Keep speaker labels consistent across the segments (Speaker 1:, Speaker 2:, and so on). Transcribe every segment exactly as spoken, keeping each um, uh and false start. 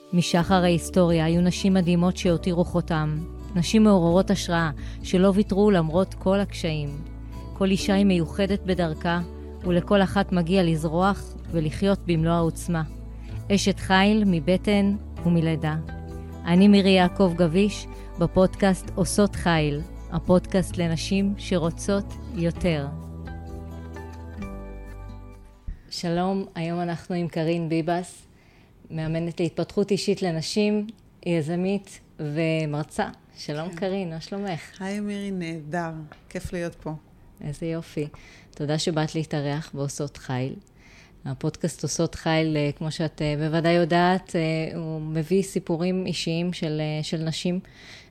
Speaker 1: משחר ההיסטוריה היו נשים מדהימות שהותירו חותם, נשים מעוררות השראה שלא ויתרו למרות כל הקשיים. כל אישה היא מיוחדת בדרכה, ולכל אחת מגיע לזרוח ולחיות במלוא העוצמה. אשת חיל מבטן ומלידה. אני מירי יעקב גביש, בפודקאסט עושות חיל, הפודקאסט לנשים שרוצות יותר. שלום, היום אנחנו עם קרין ביבס, מאמנת להתפתחות אישית לנשים, יזמית ומרצה. שלום קרין, מה שלומך?
Speaker 2: היי מירי, נהדר, כיף להיות פה.
Speaker 1: איזה יופי. תודה שבאת להתארח בעושות חיל. הפודקאסט עושות חיל, כמו שאת בוודאי יודעת, הוא מביא סיפורים אישיים של, של נשים,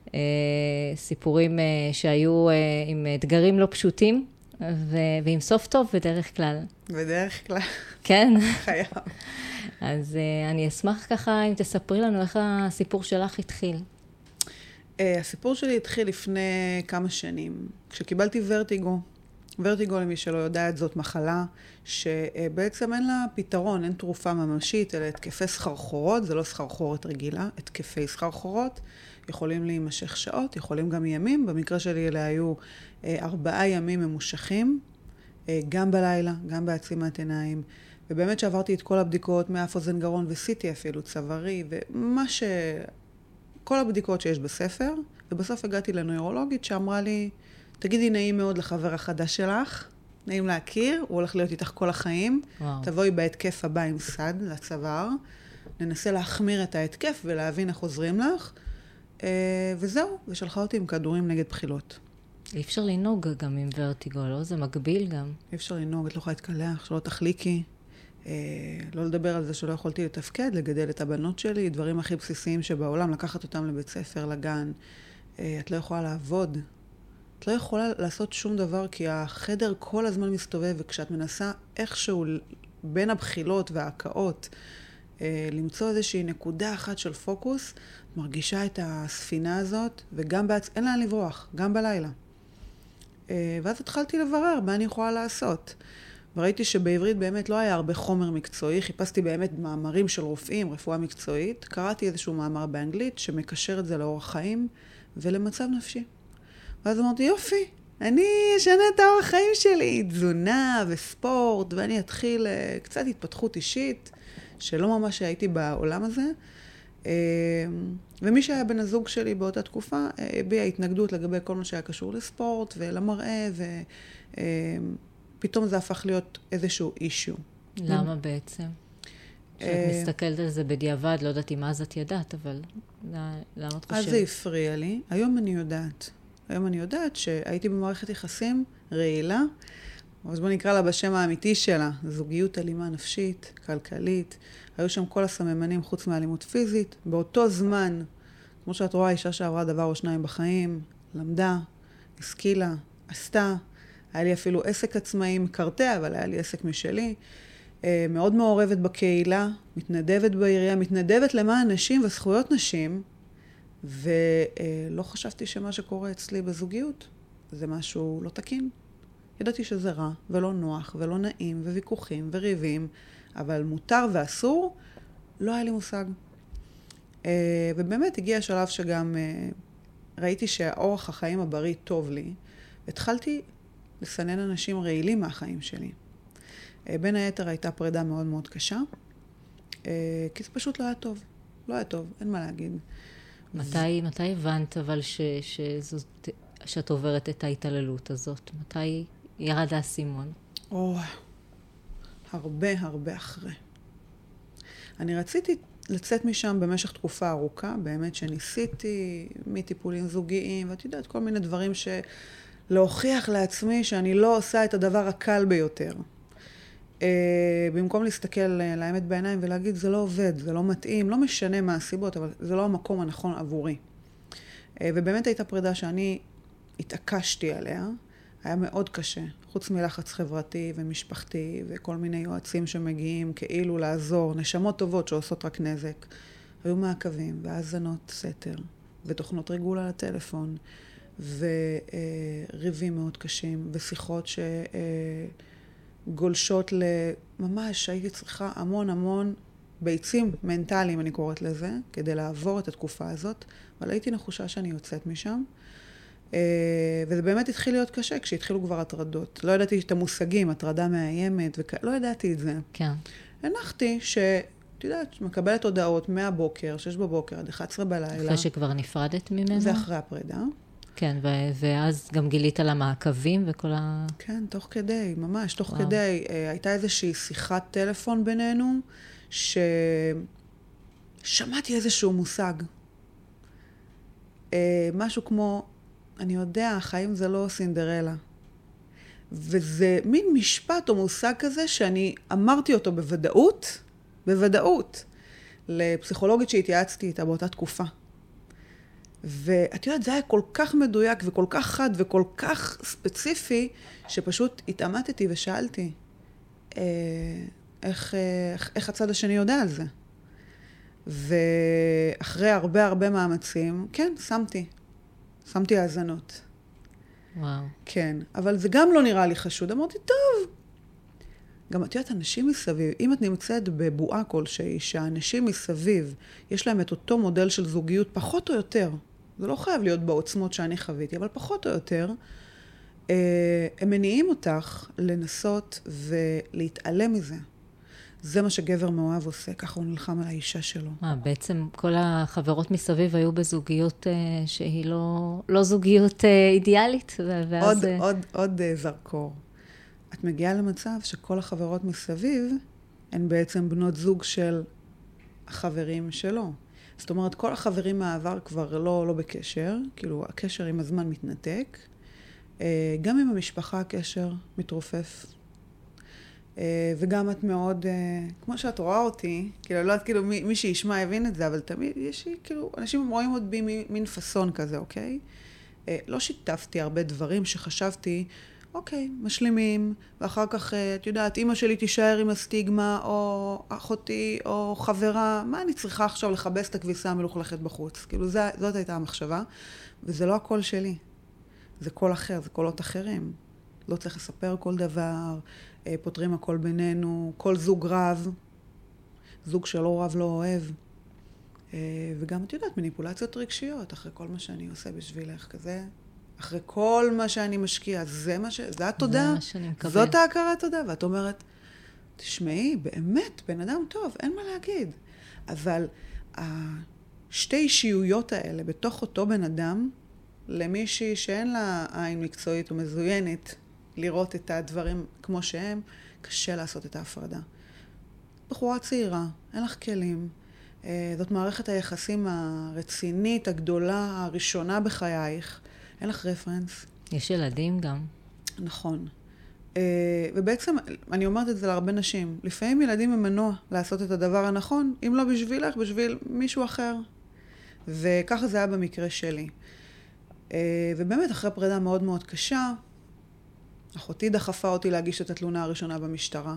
Speaker 1: סיפורים שהיו עם אתגרים לא פשוטים, ו- ועם סוף טוב בדרך כלל.
Speaker 2: בדרך כלל.
Speaker 1: כן.
Speaker 2: חייב.
Speaker 1: אז uh, אני אשמח ככה אם תספרי לנו איך הסיפור שלך התחיל.
Speaker 2: Uh, הסיפור שלי התחיל לפני כמה שנים, כשקיבלתי ורטיגו. ורטיגו, למי שלא יודעת, זאת מחלה שבעצם אין לה פתרון, אין תרופה ממשית, אלא התקפי סחרחורות, זה לא סחרחורת רגילה, התקפי סחרחורות, יכולים להימשך שעות, יכולים גם ימים, במקרה שלי אלה היו uh, ארבעה ימים ממושכים, uh, גם בלילה, גם בעצימת עיניים, ובאמת שעברתי את כל הבדיקות, מאף אוזן גרון וסיטי אפילו, צווארי, ומה ש... כל הבדיקות שיש בספר, ובסוף הגעתי לנוירולוגית שאמרה לי, תגידי נעים מאוד לחבר החדש שלך, נעים להכיר, הוא הולך להיות איתך כל החיים, וואו. תבואי בהתקף הבא עם סד לצוואר, ננסה להחמיר את ההתקף ולהבין איך עוזרים לך, וזהו, ושלחה אותי עם כדורים נגד בחילות.
Speaker 1: אי אפשר לנהוג גם עם ורטיגו, לא? זה מגביל גם.
Speaker 2: אי אפשר לנהוג, את לא יכולה להתקלח, שלא תחליקי. לא לדבר על זה שלא יכולתי לתפקד, לגדל את הבנות שלי, דברים הכי בסיסיים שבעולם, לקחת אותם לבית ספר, לגן. את לא יכולה לעבוד. את לא יכולה לעשות שום דבר, כי החדר כל הזמן מסתובב, וכשאת מנסה איכשהו בין הבחילות וההקאות, למצוא איזושהי נקודה אחת של פוקוס, את מרגישה את הספינה הזאת, וגם בעצ... אין לאן לברוח, גם בלילה. ואז התחלתי לברר מה אני יכולה לעשות. וראיתי שבעברית באמת לא היה הרבה חומר מקצועי, חיפשתי באמת מאמרים של רופאים, רפואה מקצועית, קראתי איזשהו מאמר באנגלית שמקשר את זה לאורח חיים ולמצב נפשי. ואז אמרתי, יופי, אני אשנה את האורח חיים שלי, תזונה וספורט, ואני אתחיל קצת התפתחות אישית, שלא ממש הייתי בעולם הזה. ומי שהיה בן הזוג שלי באותה תקופה, הביע התנגדות לגבי כל מה שהיה קשור לספורט ולמראה, ופתאום זה הפך להיות איזשהו אישיו.
Speaker 1: למה בעצם? כשאת מסתכלת על זה בדיעבד, לא יודעת אם אז את ידעת, אבל למה את חושבת?
Speaker 2: אז זה הפריע לי. היום אני יודעת. היום אני יודעת שהייתי במערכת יחסים רעילה, אז בוא נקרא לה בשם האמיתי שלה, זוגיות אלימה נפשית, כלכלית. היו שם כל הסממנים חוץ מאלימות פיזית. באותו זמן, כמו שאת רואה, אישה שעברה דבר או שניים בחיים, למדה, השכילה, עשתה. היה לי אפילו עסק עצמאי מקרטע, אבל היה לי עסק משלי. מאוד מעורבת בקהילה, מתנדבת בעירייה, מתנדבת למען נשים וזכויות נשים, ולא חשבתי שמה שקורה אצלי בזוגיות זה משהו לא תקין. ידעתי שזה רע ולא נוח ולא נעים וויכוחים וריבים, אבל מותר ואסור, לא היה לי מושג. ובאמת הגיע השלב שגם ראיתי שהאורח החיים הבריא טוב לי, התחלתי לסנן אנשים רעילים מהחיים שלי. בין היתר הייתה פרידה מאוד מאוד קשה, כי זה פשוט לא היה טוב. לא היה טוב, אין מה להגיד.
Speaker 1: מתי, מתי הבנת אבל ש, שזאת, שאת עוברת את ההתעללות הזאת? מתי ירד האסימון?
Speaker 2: או, הרבה הרבה אחרי. אני רציתי לצאת משם במשך תקופה ארוכה, באמת שניסיתי מטיפולים זוגיים, ואת יודעת, כל מיני דברים שלהוכיח לעצמי שאני לא עושה את הדבר הקל ביותר. Uh, במקום להסתכל לאמת בעיניים ולהגיד, זה לא עובד, זה לא מתאים, לא משנה מה הסיבות, אבל זה לא המקום הנכון עבורי. Uh, ובאמת הייתה פרידה שאני התעקשתי עליה, היה מאוד קשה, חוץ מלחץ חברתי ומשפחתי וכל מיני יועצים שמגיעים כאילו לעזור, נשמות טובות שעושות רק נזק. היו מעקבים והאזנות סתר ותוכנות ריגול על הטלפון וריבים מאוד קשים ושיחות שגולשות לממש, הייתי צריכה המון המון ביצים מנטליים, אני קוראת לזה, כדי לעבור את התקופה הזאת, אבל הייתי נחושה שאני יוצאת משם. וזה באמת התחיל להיות קשה כשהתחילו כבר הטרדות. לא ידעתי את המושגים, הטרדה מאיימת, וכ... לא ידעתי את זה.
Speaker 1: כן.
Speaker 2: הנחתי ש... את יודעת, מקבלת הודעות מהבוקר, שש בבוקר, עד אחת עשרה בלילה.
Speaker 1: אחרי שכבר נפרדת ממנו?
Speaker 2: זה אחרי הפרידה.
Speaker 1: כן, ו- ואז גם גילית על המעקבים וכל ה...
Speaker 2: כן, תוך כדי, ממש, תוך וואו. כדי. הייתה איזושהי שיחת טלפון בינינו, ששמעתי איזשהו מושג. משהו כמו, אני יודע, החיים זה לא סינדרלה. וזה מין משפט או מושג כזה שאני אמרתי אותו בוודאות, בוודאות, לפסיכולוגית שהתייעצתי איתה באותה תקופה. ואת יודעת, זה היה כל כך מדויק וכל כך חד וכל כך ספציפי, שפשוט התעמתתי ושאלתי, אה, איך, איך, איך הצד השני יודע על זה. ואחרי הרבה הרבה מאמצים, כן, שמתי. שמתי האזנות.
Speaker 1: וואו.
Speaker 2: כן, אבל זה גם לא נראה לי חשוד. אמרתי, טוב. גם את יודעת, אנשים מסביב, אם את נמצאת בבועה כלשהי, שהאנשים מסביב, יש להם את אותו מודל של זוגיות, פחות או יותר, זה לא חייב להיות בעוצמות שאני חוויתי, אבל פחות או יותר, הם מניעים אותך לנסות ולהתעלם מזה. זה מה שגבר מאוהב עושה, ככה הוא נלחם על האישה שלו.
Speaker 1: מה, בעצם כל החברות מסביב היו בזוגיות אה, שהיא לא, לא זוגיות אה, אידיאלית, ואז...
Speaker 2: עוד, עוד, עוד אה, זרקור. את מגיעה למצב שכל החברות מסביב הן בעצם בנות זוג של החברים שלו. זאת אומרת, כל החברים מהעבר כבר לא, לא בקשר, כאילו הקשר עם הזמן מתנתק. אה, גם עם המשפחה הקשר מתרופף. וגם את מאוד, כמו שאת רואה אותי, כאילו, לא יודעת, כאילו, מי, מי שישמע יבין את זה, אבל תמיד יש לי, כאילו, אנשים רואים עוד בי מין פסון כזה, אוקיי? לא שיתפתי הרבה דברים שחשבתי, אוקיי, משלימים, ואחר כך, את יודעת, אמא שלי תישאר עם הסטיגמה, או אחותי, או חברה, מה אני צריכה עכשיו לחבש את הכביסה המלוכלכת בחוץ? כאילו, זה, זאת הייתה המחשבה, וזה לא הקול שלי. זה קול אחר, זה קולות אחרים. לא צריך לספר כל דבר, פותרים הכל בינינו, כל זוג רב, זוג שלא רב לא אוהב. וגם את יודעת, מניפולציות רגשיות, אחרי כל מה שאני עושה בשבילך כזה, אחרי כל מה שאני משקיע, זה מה ש... זה התודה,
Speaker 1: זה מה שאני מקבל.
Speaker 2: זאת ההכרת תודה, ואת אומרת, תשמעי, באמת, בן אדם טוב, אין מה להגיד. אבל השתי אישיויות האלה, בתוך אותו בן אדם, למישהי שאין לה עין מקצועית ומזוינת, לראות את הדברים כמו שהם, קשה לעשות את ההפרדה. בחורה צעירה, אין לך כלים. זאת מערכת היחסים הרצינית, הגדולה, הראשונה בחייך. אין לך רפרנס.
Speaker 1: יש ילדים גם.
Speaker 2: נכון. ובעצם, אני אומרת את זה להרבה נשים, לפעמים ילדים הם מנוע לעשות את הדבר הנכון, אם לא בשבילך, בשביל מישהו אחר. וככה זה היה במקרה שלי. ובאמת, אחרי פרידה מאוד מאוד קשה, אחותי דחפה אותי להגיש את התלונה הראשונה במשטרה.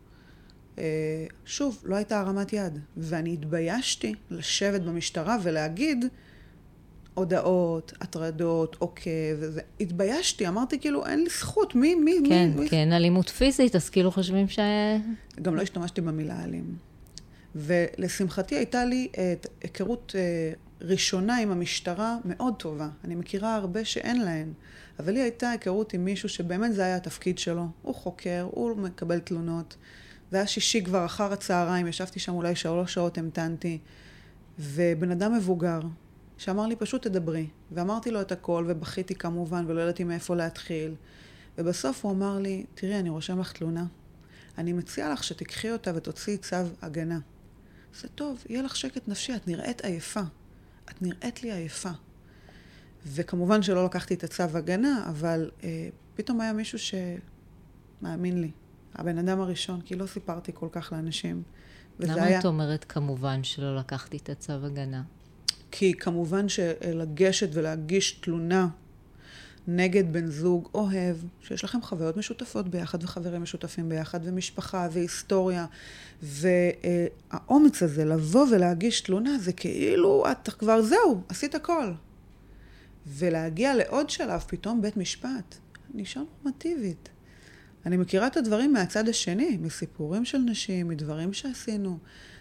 Speaker 2: שוב, לא הייתה הרמת יד, ואני התביישתי לשבת במשטרה ולהגיד הודעות, הטרדות, עוקב, וזה. התביישתי, אמרתי כאילו, אין לי זכות, מי, מי,
Speaker 1: כן,
Speaker 2: מי?
Speaker 1: כן, אלימות פיזית, אז כאילו חושבים ש...
Speaker 2: גם לא השתמשתי במילה אלים. ולשמחתי הייתה לי את היכרות ראשונה עם המשטרה מאוד טובה. אני מכירה הרבה שאין להן. אבל לי הייתה היכרות עם מישהו שבאמת זה היה התפקיד שלו. הוא חוקר, הוא מקבל תלונות. זה היה שישי כבר אחר הצהריים, ישבתי שם אולי שלוש שעות, המתנתי. ובן אדם מבוגר, שאמר לי פשוט תדברי. ואמרתי לו את הכל, ובכיתי כמובן, ולא ידעתי מאיפה להתחיל. ובסוף הוא אמר לי, תראי, אני רושם לך תלונה. אני מציע לך שתקחי אותה ותוציאי צו הגנה. זה טוב, יהיה לך שקט נפשי, את נראית עייפה. את נראית לי עייפה. וכמובן שלא לקחתי את הצו הגנה, אבל אה, פתאום היה מישהו שמאמין לי. הבן אדם הראשון, כי לא סיפרתי כל כך לאנשים.
Speaker 1: למה היה... את אומרת כמובן שלא לקחתי את הצו הגנה?
Speaker 2: כי כמובן שלגשת ולהגיש תלונה נגד בן זוג אוהב, שיש לכם חוויות משותפות ביחד וחברים משותפים ביחד ומשפחה והיסטוריה, והאומץ הזה לבוא ולהגיש תלונה זה כאילו את כבר זהו, עשית הכל. ולהגיע לעוד שלב פתאום בית משפט, אני אישה נורמטיבית. אני מכירה את הדברים מהצד השני, מסיפורים של נשים, מדברים שעשינו.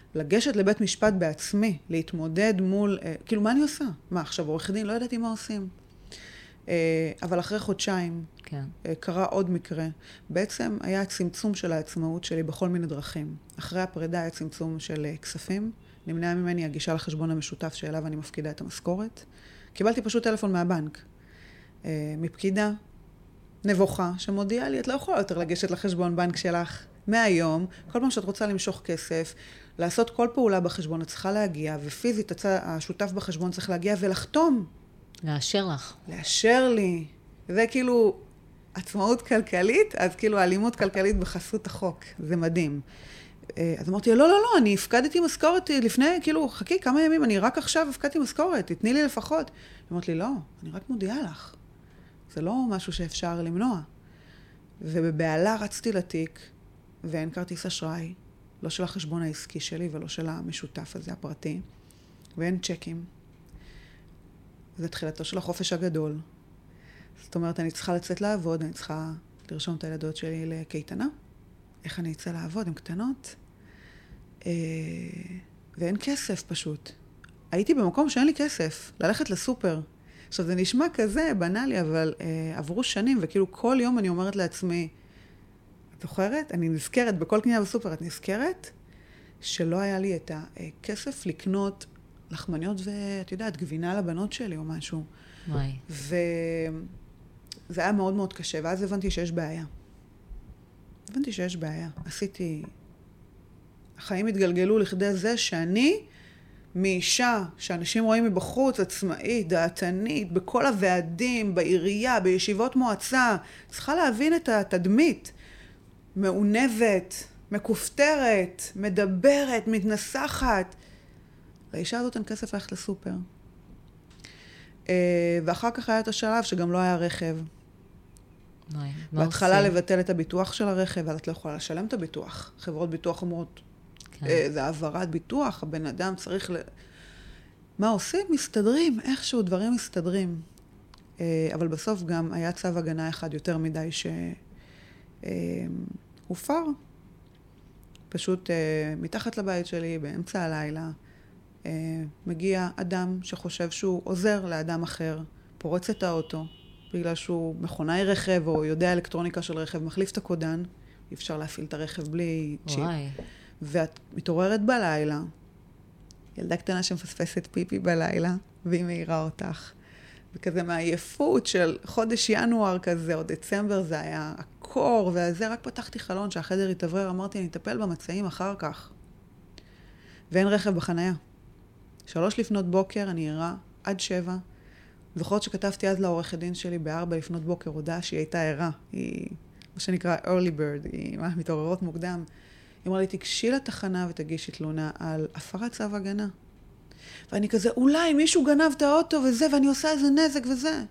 Speaker 2: לגשת לבית משפט בעצמי, להתמודד מול, אה, כאילו, מה אני עושה? מה, עכשיו, עורך דין, לא ידעתי מה עושים. אה, אבל אחרי חודשיים,
Speaker 1: כן.
Speaker 2: אה, קרה עוד מקרה. בעצם היה צמצום של העצמאות שלי בכל מיני דרכים. אחרי הפרידה היה צמצום של אה, כספים, נמנעה ממני הגישה לחשבון המשותף שאליו אני מפקידה את המשכורת. קיבלתי פשוט טלפון מהבנק, אה, מפקידה, נבוכה, שמודיעה לי, את לא יכולה יותר לגשת לחשבון בנק שלך. מהיום, כל פעם שאת רוצה למשוך כסף, לעשות כל פעולה בחשבון, את צריכה להגיע, ופיזית השותף בחשבון צריך להגיע ולחתום.
Speaker 1: לאשר לך.
Speaker 2: לאשר לי. זה כאילו עצמאות כלכלית, אז כאילו אלימות כלכלית בחסות החוק. זה מדהים. אז אמרתי, לא, לא, לא, אני הפקדתי משכורת לפני, כאילו, חכי כמה ימים, אני רק עכשיו הפקדתי משכורת, תתני לי לפחות. אמרתי לי, לא, אני רק מודיעה לך. זה לא משהו שאפשר למנוע. ובבעלה רצתי לתיק, ואין כרטיס אשראי, לא של החשבון העסקי שלי ולא של המשותף הזה, הפרטי, ואין צ'קים. זה תחילתו של החופש הגדול. זאת אומרת, אני צריכה לצאת לעבוד, אני צריכה לרשום את הילדות שלי לקייטנה. איך אני אצא לעבוד? הן קטנות. ואין כסף פשוט. הייתי במקום שאין לי כסף, ללכת לסופר. עכשיו, זה נשמע כזה בנאלי, אבל אה, עברו שנים, וכאילו כל יום אני אומרת לעצמי, את זוכרת? אני נזכרת, בכל קנייה בסופר את נזכרת, שלא היה לי את הכסף לקנות לחמניות ואת יודעת, גבינה לבנות שלי או משהו.
Speaker 1: וואי.
Speaker 2: וזה היה מאוד מאוד קשה, ואז הבנתי שיש בעיה. הבנתי שיש בעיה. עשיתי, החיים התגלגלו לכדי זה שאני, מאישה שאנשים רואים מבחוץ, עצמאית, דעתנית, בכל הוועדים, בעירייה, בישיבות מועצה, צריכה להבין את התדמית. מעונבת, מקופטרת, מדברת, מתנסחת. לאישה הזאת אין כסף ללכת לסופר. ואחר כך היה את השלב שגם לא היה רכב. בהתחלה לבטל את הביטוח של הרכב, ואז את לא יכולה לשלם את הביטוח. חברות ביטוח אומרות, זה העברת ביטוח, הבן אדם צריך ל... מה עושים? מסתדרים, איכשהו דברים מסתדרים. אבל בסוף גם היה צו הגנה אחד יותר מדי שהופר. פשוט מתחת לבית שלי, באמצע הלילה, מגיע אדם שחושב שהוא עוזר לאדם אחר, פורץ את האוטו, בגלל שהוא מכונאי רכב או יודע אלקטרוניקה של רכב, מחליף את הקודן, אי אפשר להפעיל את הרכב בלי צ'יפ. וואי. ואת מתעוררת בלילה, ילדה קטנה שמפספסת פיפי בלילה, והיא מעירה אותך. וכזה מעייפות של חודש ינואר כזה, או דצמבר זה היה הקור, וזה רק פתחתי חלון שהחדר התעברר, אמרתי, אני אטפל במצעים אחר כך. ואין רכב בחנייה. שלוש לפנות בוקר, אני ערה עד שבע. זוכרות שכתבתי אז לעורך הדין שלי בארבע לפנות בוקר, הודעה שהיא הייתה ערה. היא, מה שנקרא early bird, היא מה, מתעוררות מוקדם. היא אמרה לי, תגשי לתחנה ותגישי תלונה על הפרת צו הגנה. ואני כזה, אולי מישהו גנב את האוטו וזה, ואני עושה איזה נזק וזה.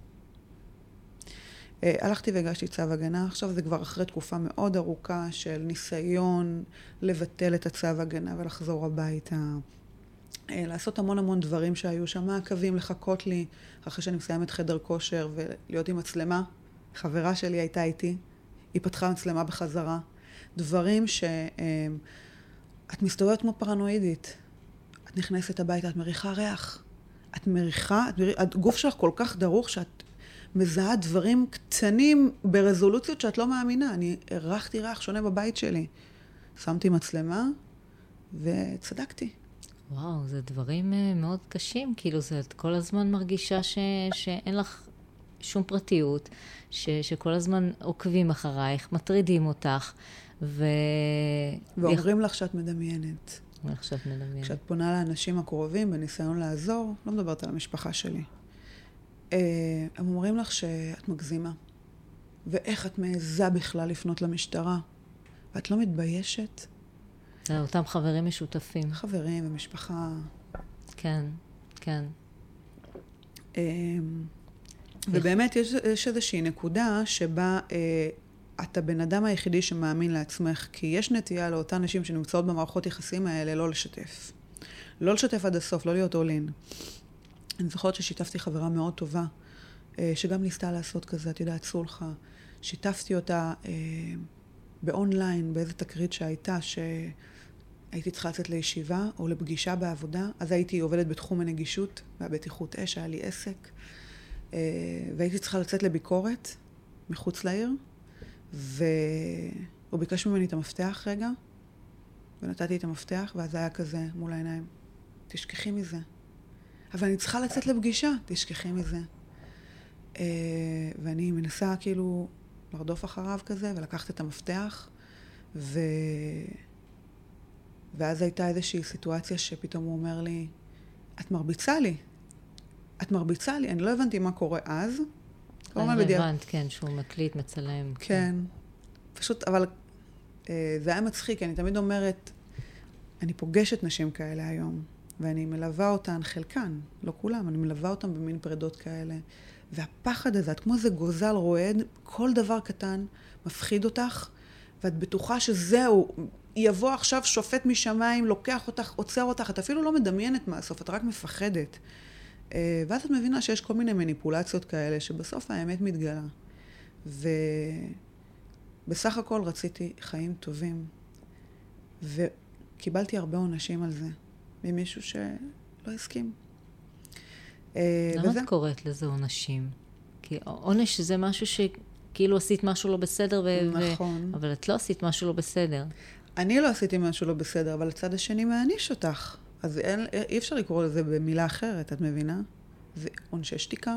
Speaker 2: הלכתי והגשתי צו הגנה, עכשיו זה כבר אחרי תקופה מאוד ארוכה של ניסיון לבטל את הצו הגנה ולחזור הביתה. לעשות המון המון דברים שהיו שם, מעקבים, לחכות לי, אחרי שאני מסיימת חדר כושר ולהיות עם מצלמה. חברה שלי הייתה איתי, היא פתחה מצלמה בחזרה. דברים שאת מסתובבת כמו פרנואידית. את נכנסת הביתה, את מריחה ריח. את מריחה, הגוף שלך כל כך דרוך שאת מזהה דברים קטנים ברזולוציות שאת לא מאמינה. אני ערכתי ריח שונה בבית שלי. שמתי מצלמה וצדקתי.
Speaker 1: וואו, זה דברים מאוד קשים. כאילו, זה כל הזמן מרגישה ש... שאין לך שום פרטיות, ש... שכל הזמן עוקבים אחרייך, מטרידים אותך, ו...
Speaker 2: ואומרים לך שאת מדמיינת.
Speaker 1: אומרים לך שאת מדמיינת.
Speaker 2: כשאת פונה לאנשים הקרובים בניסיון לעזור, לא מדברת על המשפחה שלי. הם אומרים לך שאת מגזימה. ואיך את מעזה בכלל לפנות למשטרה. ואת לא מתביישת.
Speaker 1: זה אותם חברים משותפים.
Speaker 2: חברים ומשפחה.
Speaker 1: כן, כן.
Speaker 2: ובאמת יש, יש איזושהי נקודה שבה אה, אתה בן אדם היחידי שמאמין לעצמך, כי יש נטייה לאותן נשים שנמצאות במערכות יחסים האלה לא לשתף. לא לשתף עד הסוף, לא להיות אולין. אני זוכרת ששיתפתי חברה מאוד טובה, אה, שגם ניסתה לעשות כזה, את יודעת, סולחה. שיתפתי אותה אה, באונליין, באיזה תקרית שהייתה, ש... הייתי צריכה לצאת לישיבה או לפגישה בעבודה, אז הייתי עובדת בתחום הנגישות והבטיחות אש, היה לי עסק, והייתי צריכה לצאת לביקורת מחוץ לעיר, והוא ביקש ממני את המפתח רגע, ונתתי את המפתח, ואז היה כזה מול העיניים, תשכחי מזה. אבל אני צריכה לצאת לפגישה, תשכחי מזה. ואני מנסה כאילו לרדוף אחריו כזה, ולקחת את המפתח, ו... ואז הייתה איזושהי סיטואציה שפתאום הוא אומר לי, את מרביצה לי. את מרביצה לי. אני לא הבנתי מה קורה אז.
Speaker 1: אני הבנת, כן, שהוא מקליט, מצלם.
Speaker 2: כן. פשוט, אבל זה היה מצחיק, אני תמיד אומרת, אני פוגשת נשים כאלה היום, ואני מלווה אותן, חלקן, לא כולם, אני מלווה אותן במין פרדות כאלה. והפחד הזה, את כמו איזה גוזל רועד, כל דבר קטן מפחיד אותך, ואת בטוחה שזהו, יבוא עכשיו שופט משמיים, לוקח אותך, עוצר אותך, את אפילו לא מדמיינת מהסוף, את רק מפחדת. ואז את מבינה שיש כל מיני מניפולציות כאלה, שבסוף האמת מתגלה. ובסך הכל רציתי חיים טובים, וקיבלתי הרבה עונשים על זה, ממישהו שלא הסכים.
Speaker 1: למה את קוראת לזה עונשים? כי עונש זה משהו שכאילו עשית משהו לא בסדר,
Speaker 2: נכון.
Speaker 1: אבל את לא עשית משהו לא בסדר.
Speaker 2: אני לא עשיתי משהו לא בסדר, אבל הצד השני מעניש אותך. אז אין, אי אפשר לקרוא לזה במילה אחרת, את מבינה? זה עונשי שתיקה.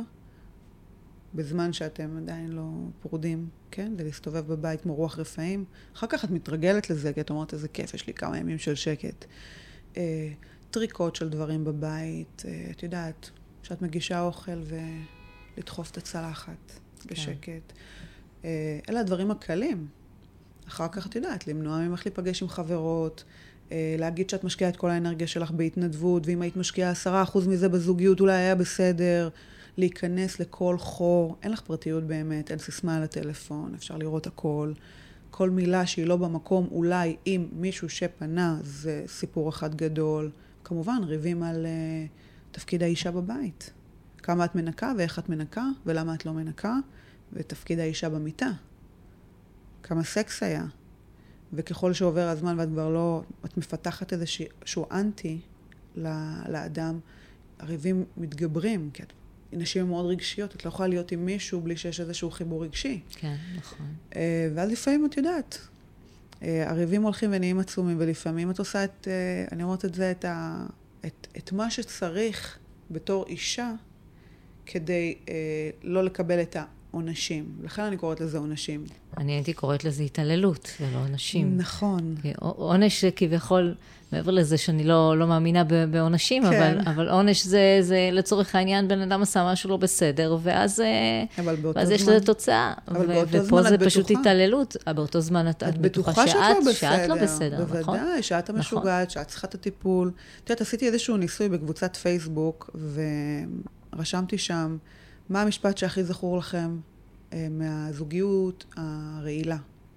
Speaker 2: בזמן שאתם עדיין לא פרודים, כן? זה להסתובב בבית כמו רוח רפאים. אחר כך את מתרגלת לזה, כי את אומרת, איזה כיף, יש לי כמה ימים של שקט. אה, טריקות של דברים בבית, אה, את יודעת, שאת מגישה אוכל ולדחוף את הצלחת כן. בשקט. אה, אלה הדברים הקלים. אחר כך את יודעת, למנוע ממך להיפגש עם חברות, להגיד שאת משקיעה את כל האנרגיה שלך בהתנדבות, ואם היית משקיעה עשרה אחוז מזה בזוגיות, אולי היה בסדר, להיכנס לכל חור, אין לך פרטיות באמת, אין סיסמה על הטלפון, אפשר לראות הכל. כל מילה שהיא לא במקום, אולי אם מישהו שפנה, זה סיפור אחד גדול. כמובן, ריבים על uh, תפקיד האישה בבית. כמה את מנקה ואיך את מנקה, ולמה את לא מנקה, ותפקיד האישה במיטה. כמה סקס היה. וככל שעובר הזמן ואת כבר לא, את מפתחת איזשהו אנטי לאדם, הריבים מתגברים, כי נשים מאוד רגשיות, את לא יכולה להיות עם מישהו בלי שיש איזשהו חיבור רגשי.
Speaker 1: כן, נכון.
Speaker 2: ואז לפעמים את יודעת, הריבים הולכים ונהיים עצומים, ולפעמים את עושה את, אני אומרת את זה, את, ה, את, את מה שצריך בתור אישה, כדי לא לקבל את ה... עונשים. לכן אני קוראת לזה עונשים.
Speaker 1: אני הייתי קוראת לזה התעללות, ולא עונשים.
Speaker 2: נכון.
Speaker 1: עונש זה כביכול, מעבר לזה שאני לא, לא מאמינה בעונשים, כן. אבל, אבל עונש זה, זה לצורך העניין, בן אדם עשה משהו לא בסדר, ואז, ואז יש לזה תוצאה. ו- ופה זה פשוט בטוחה. התעללות. באותו זמן את, את בטוחה, בטוחה שאת, שאת, לא שאת לא בסדר,
Speaker 2: בוודאי,
Speaker 1: נכון?
Speaker 2: בוודאי, שאת המשוגעת, נכון. שאת צריכה את הטיפול. את יודעת, עשיתי איזשהו ניסוי בקבוצת פייסבוק, ורשמתי שם, מה המשפט שהכי זכור לכם מהזוגיות הרעילה?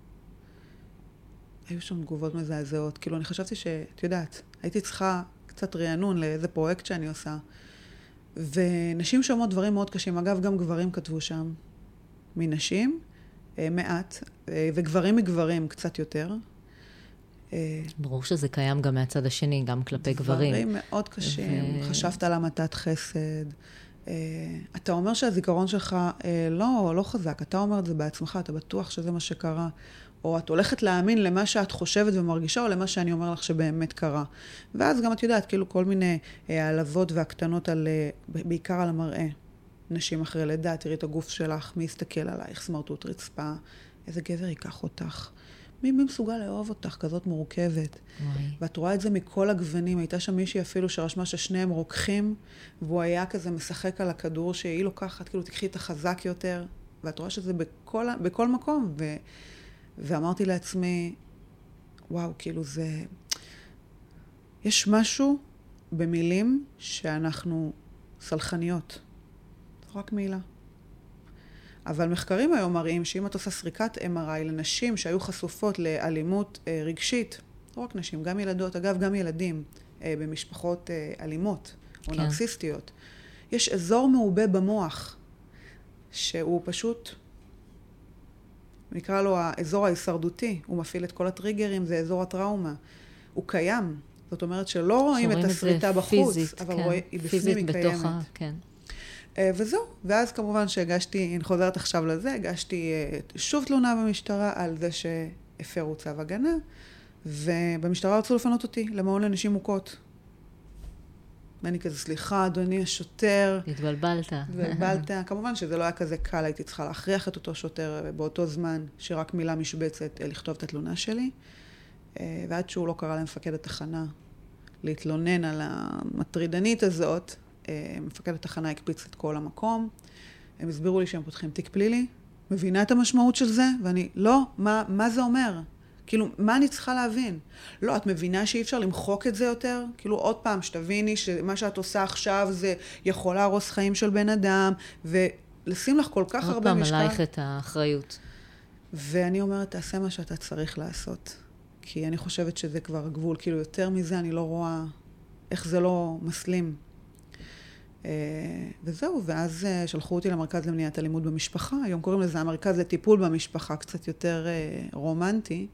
Speaker 2: היו שם תגובות מזעזעות. כאילו, אני חשבתי שאת יודעת, הייתי צריכה קצת רענון לאיזה פרויקט שאני עושה. ונשים שומעות דברים מאוד קשים. אגב, גם גברים כתבו שם מנשים, מעט, וגברים מגברים קצת יותר.
Speaker 1: ברור שזה קיים גם מהצד השני, גם כלפי גברים.
Speaker 2: דברים מאוד קשים. ו... חשבת על המתת חסד. Uh, אתה אומר שהזיכרון שלך uh, לא, לא חזק, אתה אומר את זה בעצמך, אתה בטוח שזה מה שקרה, או את הולכת להאמין למה שאת חושבת ומרגישה, או למה שאני אומר לך שבאמת קרה. ואז גם את יודעת, כאילו כל מיני uh, העלבות והקטנות, על, uh, בעיקר על המראה. נשים אחרי לידה, תראי את הגוף שלך, מי יסתכל עלייך, סמרטוט רצפה, איזה גבר ייקח אותך. מי, מי מסוגל לאהוב אותך, כזאת מורכבת. וואי. ואת רואה את זה מכל הגוונים. הייתה שם מישהי אפילו שרשמה ששניהם רוקחים, והוא היה כזה משחק על הכדור שהיא לוקחת, כאילו תקחי את החזק יותר, ואת רואה שזה בכל, בכל מקום. ו, ואמרתי לעצמי, וואו, כאילו זה... יש משהו במילים שאנחנו סלחניות. זו רק מילה. אבל מחקרים היום מראים שאם את עושה סריקת אם אר איי לנשים שהיו חשופות לאלימות אה, רגשית, לא רק נשים, גם ילדות, אגב, גם ילדים אה, במשפחות אה, אלימות או כן. נרקסיסטיות, יש אזור מעובה במוח שהוא פשוט, נקרא לו האזור ההישרדותי, הוא מפעיל את כל הטריגרים, זה אזור הטראומה. הוא קיים. זאת אומרת שלא רואים את הסריטה בחוץ,
Speaker 1: פיזית,
Speaker 2: אבל
Speaker 1: כן.
Speaker 2: רואים, היא בפנים היא קיימת.
Speaker 1: בתוכה, כן.
Speaker 2: וזהו, ואז כמובן שהגשתי, אני חוזרת עכשיו לזה, הגשתי שוב תלונה במשטרה על זה שהפרו צו הגנה, ובמשטרה רצו לפנות אותי למעון לנשים מוכות. ואני כזה, סליחה, אדוני השוטר.
Speaker 1: התבלבלת.
Speaker 2: התבלבלת. כמובן שזה לא היה כזה קל, הייתי צריכה להכריח את אותו שוטר באותו זמן, שרק מילה משבצת לכתוב את התלונה שלי. ועד שהוא לא קרא למפקד התחנה להתלונן על המטרידנית הזאת, מפקד התחנה הקפיץ את כל המקום. הם הסבירו לי שהם פותחים תיק פלילי, מבינה את המשמעות של זה, ואני, לא, מה, מה זה אומר? כאילו, מה אני צריכה להבין? לא, את מבינה שאי אפשר למחוק את זה יותר? כאילו, עוד פעם, שתביני שמה שאת עושה עכשיו זה יכול להרוס חיים של בן אדם, ולשים לך כל כך הרבה משקל.
Speaker 1: עוד פעם עלייך את האחריות.
Speaker 2: ואני אומרת, תעשה מה שאתה צריך לעשות. כי אני חושבת שזה כבר גבול. כאילו, יותר מזה אני לא רואה איך זה לא מסלים. וזהו, ואז שלחו אותי למרכז למניעת אלימות במשפחה. היום קוראים לזה המרכז לטיפול במשפחה, קצת יותר רומנטי.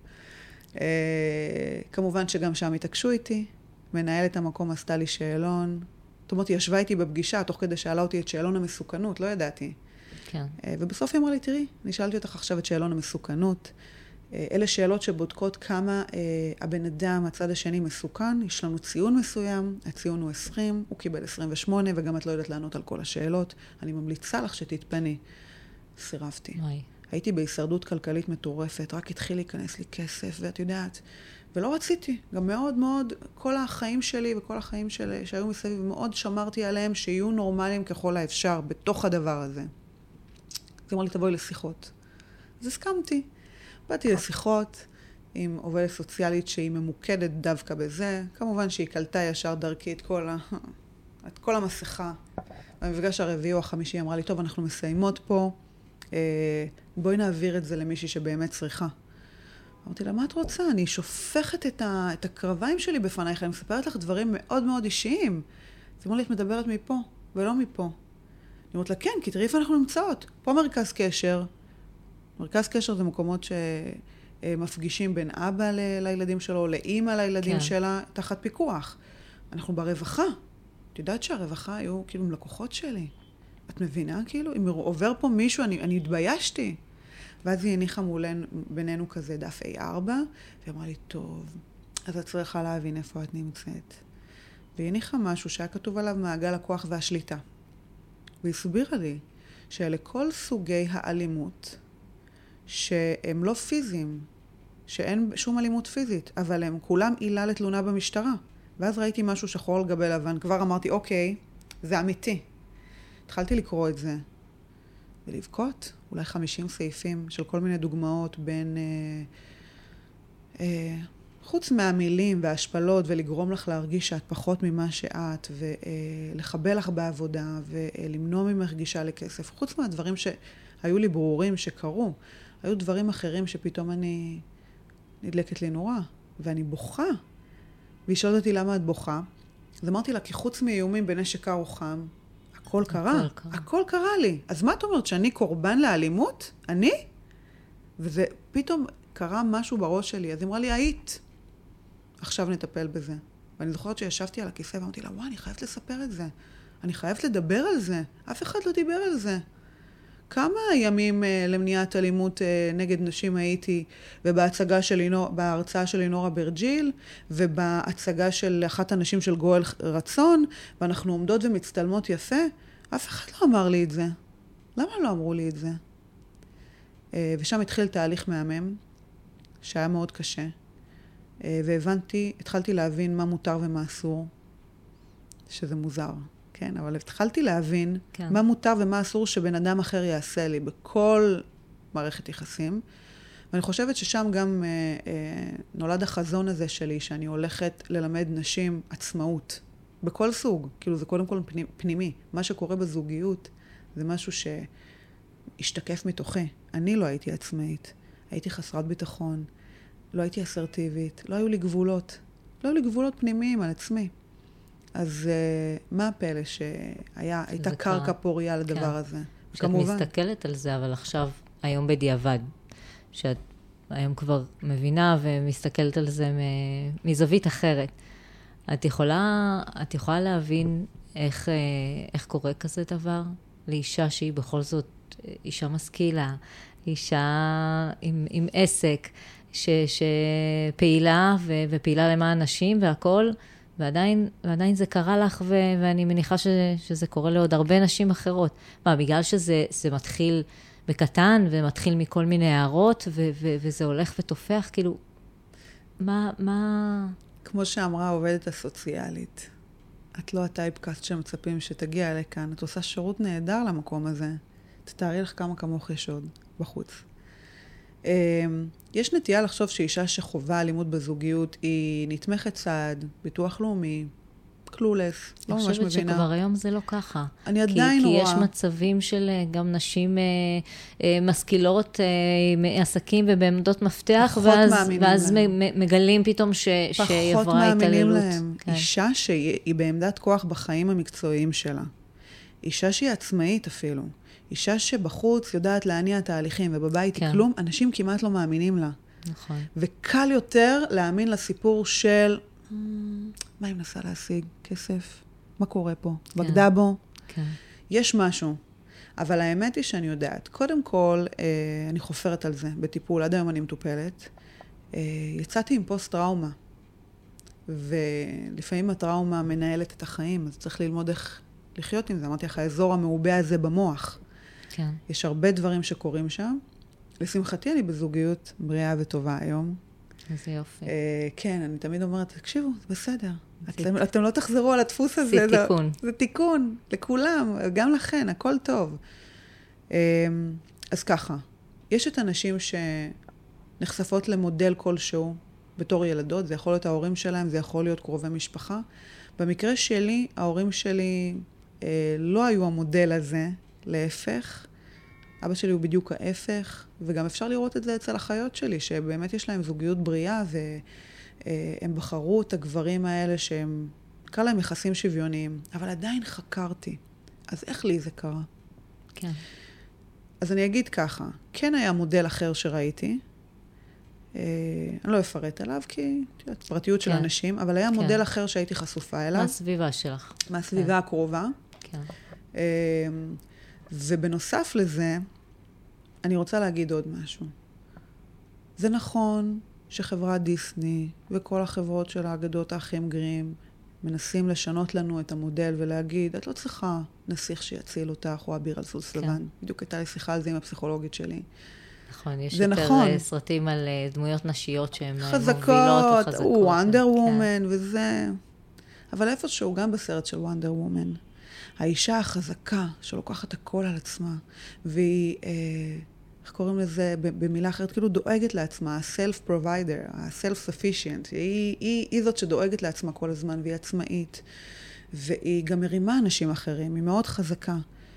Speaker 2: כמובן שגם שם התעקשו איתי. מנהלת המקום עשתה לי שאלון. זאת אומרת, היא ישבה איתי בפגישה, תוך כדי שאלה אותי את שאלון המסוכנות, לא ידעתי.
Speaker 1: כן.
Speaker 2: ובסוף היא אמרה לי, תראי, אני שאלתי אותך עכשיו את שאלון המסוכנות. אלה שאלות שבודקות כמה אה, הבן אדם, הצד השני מסוכן. יש לנו ציון מסוים, הציון הוא עשרים, הוא קיבל עשרים ושמונה, וגם את לא יודעת לענות על כל השאלות. אני ממליצה לך שתתפני. סירבתי.
Speaker 1: וואי.
Speaker 2: הייתי בהישרדות כלכלית מטורפת, רק התחיל להיכנס לי כסף, ואת יודעת, ולא רציתי. גם מאוד מאוד, כל החיים שלי וכל החיים שלי, שהיו מסביב, מאוד שמרתי עליהם שיהיו נורמליים ככל האפשר, בתוך הדבר הזה. אז אמר לי, תבואי לשיחות. אז הסכמתי. באתי לשיחות עם עובדת סוציאלית שהיא ממוקדת דווקא בזה. כמובן שהיא קלטה ישר דרכי את כל, ה... את כל המסכה. במפגש הרביעי או החמישי היא אמרה לי, טוב, אנחנו מסיימות פה. בואי נעביר את זה למישהי שבאמת צריכה. אמרתי לה, מה את רוצה? אני שופכת את, ה... את הקרביים שלי בפנייך. אני מספרת לך דברים מאוד מאוד אישיים. אז אמרו לי, את מדברת מפה ולא מפה. אני אומרת לה, כן, כי תראי איפה אנחנו נמצאות. פה מרכז קשר. מרכז קשר זה מקומות שמפגישים בין אבא ל- לילדים שלו, לאמא לילדים כן. שלה, תחת פיקוח. אנחנו ברווחה. את יודעת שהרווחה היו כאילו עם לקוחות שלי. את מבינה כאילו? אם עובר פה מישהו, אני, אני התביישתי. ואז היא הניחה מולנו, בינינו כזה דף איי ארבע, והיא אמרה לי, טוב, אז את צריכה להבין איפה את נמצאת. והיא הניחה משהו שהיה כתוב עליו מעגל הכוח והשליטה. והיא הסבירה לי שלכל סוגי האלימות, שהם לא פיזיים, שאין שום אלימות פיזית, אבל הם כולם עילה לתלונה במשטרה. ואז ראיתי משהו שחור על גבי לבן, כבר אמרתי, אוקיי, זה אמיתי. התחלתי לקרוא את זה, ולבכות, אולי חמישים סעיפים של כל מיני דוגמאות בין, אה, אה, חוץ מהמילים וההשפלות, ולגרום לך להרגיש שאת פחות ממה שאת, ולחבל לך בעבודה, ולמנוע ממך גישה לכסף. חוץ מהדברים שהיו לי ברורים שקרו, היו דברים אחרים שפתאום אני נדלקת לי נורא, ואני בוכה. והיא שואלת אותי למה את בוכה. אז אמרתי לה, כי חוץ מאיומים בנשק קר או חם, הכל קרה. הכל, הכל קרה לי. אז מה את אומרת, שאני קורבן לאלימות? אני? וזה פתאום קרה משהו בראש שלי. אז היא אמרה לי, היית. עכשיו נטפל בזה. ואני זוכרת שישבתי על הכיסא ואמרתי לה, וואי, אני חייבת לספר את זה. אני חייבת לדבר על זה. אף אחד לא דיבר על זה. כמה ימים uh, למניעת אלימות uh, נגד נשים הייתי, ובהצגה של לינור, בהרצאה של לינור אברג'יל, ובהצגה של אחת הנשים של גואל רצון, ואנחנו עומדות ומצטלמות יפה, אף אחד לא אמר לי את זה. למה לא אמרו לי את זה? Uh, ושם התחיל תהליך מהמם, שהיה מאוד קשה, uh, והבנתי, התחלתי להבין מה מותר ומה אסור, שזה מוזר. כן, אבל התחלתי להבין כן. מה מותר ומה אסור שבן אדם אחר יעשה לי בכל מערכת יחסים. ואני חושבת ששם גם אה, אה, נולד החזון הזה שלי, שאני הולכת ללמד נשים עצמאות, בכל סוג. כאילו זה קודם כל פנימי. מה שקורה בזוגיות זה משהו שהשתקף מתוכי. אני לא הייתי עצמאית. הייתי חסרת ביטחון. לא הייתי אסרטיבית. לא היו לי גבולות. לא היו לי גבולות פנימיים על עצמי. אז uh, מה הפלא שהייתה קרקע פוריה לדבר כן. הזה?
Speaker 1: כשאת כמובן... מסתכלת על זה, אבל עכשיו, היום בדיעבד, שאת היום כבר מבינה ומסתכלת על זה מזווית אחרת. את יכולה, את יכולה להבין איך, איך קורה כזה דבר לאישה שהיא בכל זאת אישה משכילה, אישה עם, עם עסק, ש, שפעילה ו, ופעילה למען נשים והכל, ועדיין, ועדיין זה קרה לך, ו, ואני מניחה ש, שזה קורה לעוד הרבה נשים אחרות. מה, בגלל שזה זה מתחיל בקטן, ומתחיל מכל מיני הערות, ו, ו, וזה הולך ותופח, כאילו, מה, מה...
Speaker 2: כמו שאמרה העובדת הסוציאלית, את לא הטייפקאסט שמצפים שתגיע לכאן, את עושה שירות נהדר למקום הזה. תתארי לך כמה כמוך יש עוד בחוץ. יש נטייה לחשוב שאישה שחובה אלימות בזוגיות היא נתמכת צעד, ביטוח לאומי, קלולס, לא ממש מבינה.
Speaker 1: אני חושבת שכבר היום זה לא ככה.
Speaker 2: אני עדיין רואה.
Speaker 1: כי יש מצבים של גם נשים משכילות עם עסקים ובעמדות מפתח, ואז מגלים פתאום שהיא עברה התעללות. פחות מאמינים להם.
Speaker 2: אישה שהיא בעמדת כוח בחיים המקצועיים שלה. אישה שהיא עצמאית אפילו. אישה שבחוץ יודעת להניע תהליכים, ובבית היא כלום, אנשים כמעט לא מאמינים לה.
Speaker 1: נכון.
Speaker 2: וקל יותר להאמין לסיפור של... מה היא מנסה להשיג? כסף? מה קורה פה? כן. בגדה בו?
Speaker 1: כן.
Speaker 2: יש משהו. אבל האמת היא שאני יודעת. קודם כל, אה, אני חופרת על זה בטיפול. עד היום אני מטופלת. אה, יצאתי עם פוסט-טראומה. ולפעמים הטראומה מנהלת את החיים, אז צריך ללמוד איך לחיות עם זה. אמרתי לך, האזור המעובה הזה במוח.
Speaker 1: כן.
Speaker 2: יש הרבה דברים שקורים שם. לשמחתי אני בזוגיות בריאה וטובה היום.
Speaker 1: איזה יופי.
Speaker 2: כן, אני תמיד אומרת, תקשיבו, זה בסדר. אתם לא תחזרו על הדפוס הזה.
Speaker 1: זה תיקון.
Speaker 2: זה תיקון, לכולם, גם לכן, הכל טוב. אז ככה, יש את הנשים שנחשפות למודל כלשהו בתור ילדות, זה יכול להיות ההורים שלהם, זה יכול להיות קרובי משפחה. במקרה שלי, ההורים שלי לא היו המודל הזה, להפך. אבא שלי הוא בדיוק ההפך, וגם אפשר לראות את זה אצל החיות שלי, שבאמת יש להם זוגיות בריאה, והם בחרו את הגברים האלה שהם, קרה להם יחסים שוויוניים, אבל עדיין חקרתי. אז איך לי זה קרה?
Speaker 1: כן.
Speaker 2: אז אני אגיד ככה, כן היה מודל אחר שראיתי, אני לא אפרט עליו, כי תיודעת, פרטיות של אנשים, אבל היה מודל אחר שהייתי חשופה אליו.
Speaker 1: מהסביבה שלך.
Speaker 2: מהסביבה הקרובה.
Speaker 1: כן.
Speaker 2: ובנוסף לזה, אני רוצה להגיד עוד משהו. זה נכון שחברת דיסני וכל החברות של האגדות האחים גרים מנסים לשנות לנו את המודל ולהגיד, את לא צריכה נסיך שיציל אותך או אביר על סוס לבן. בדיוק הייתה לי שיחה על זה עם הפסיכולוגית שלי.
Speaker 1: נכון, יש יותר נכון. סרטים על דמויות נשיות שהן
Speaker 2: חזקות, מובילות וחזקות. וונדר וומן וזה. אבל איפשהו גם בסרט של וונדר וומן. האישה החזקה שלוקחת הכל על עצמה, והיא, אה, איך קוראים לזה במילה אחרת, כאילו דואגת לעצמה, ה-self-provider, ה-self-sufficient, היא, היא, היא זאת שדואגת לעצמה כל הזמן, והיא עצמאית, והיא גם מרימה אנשים אחרים, היא מאוד חזקה.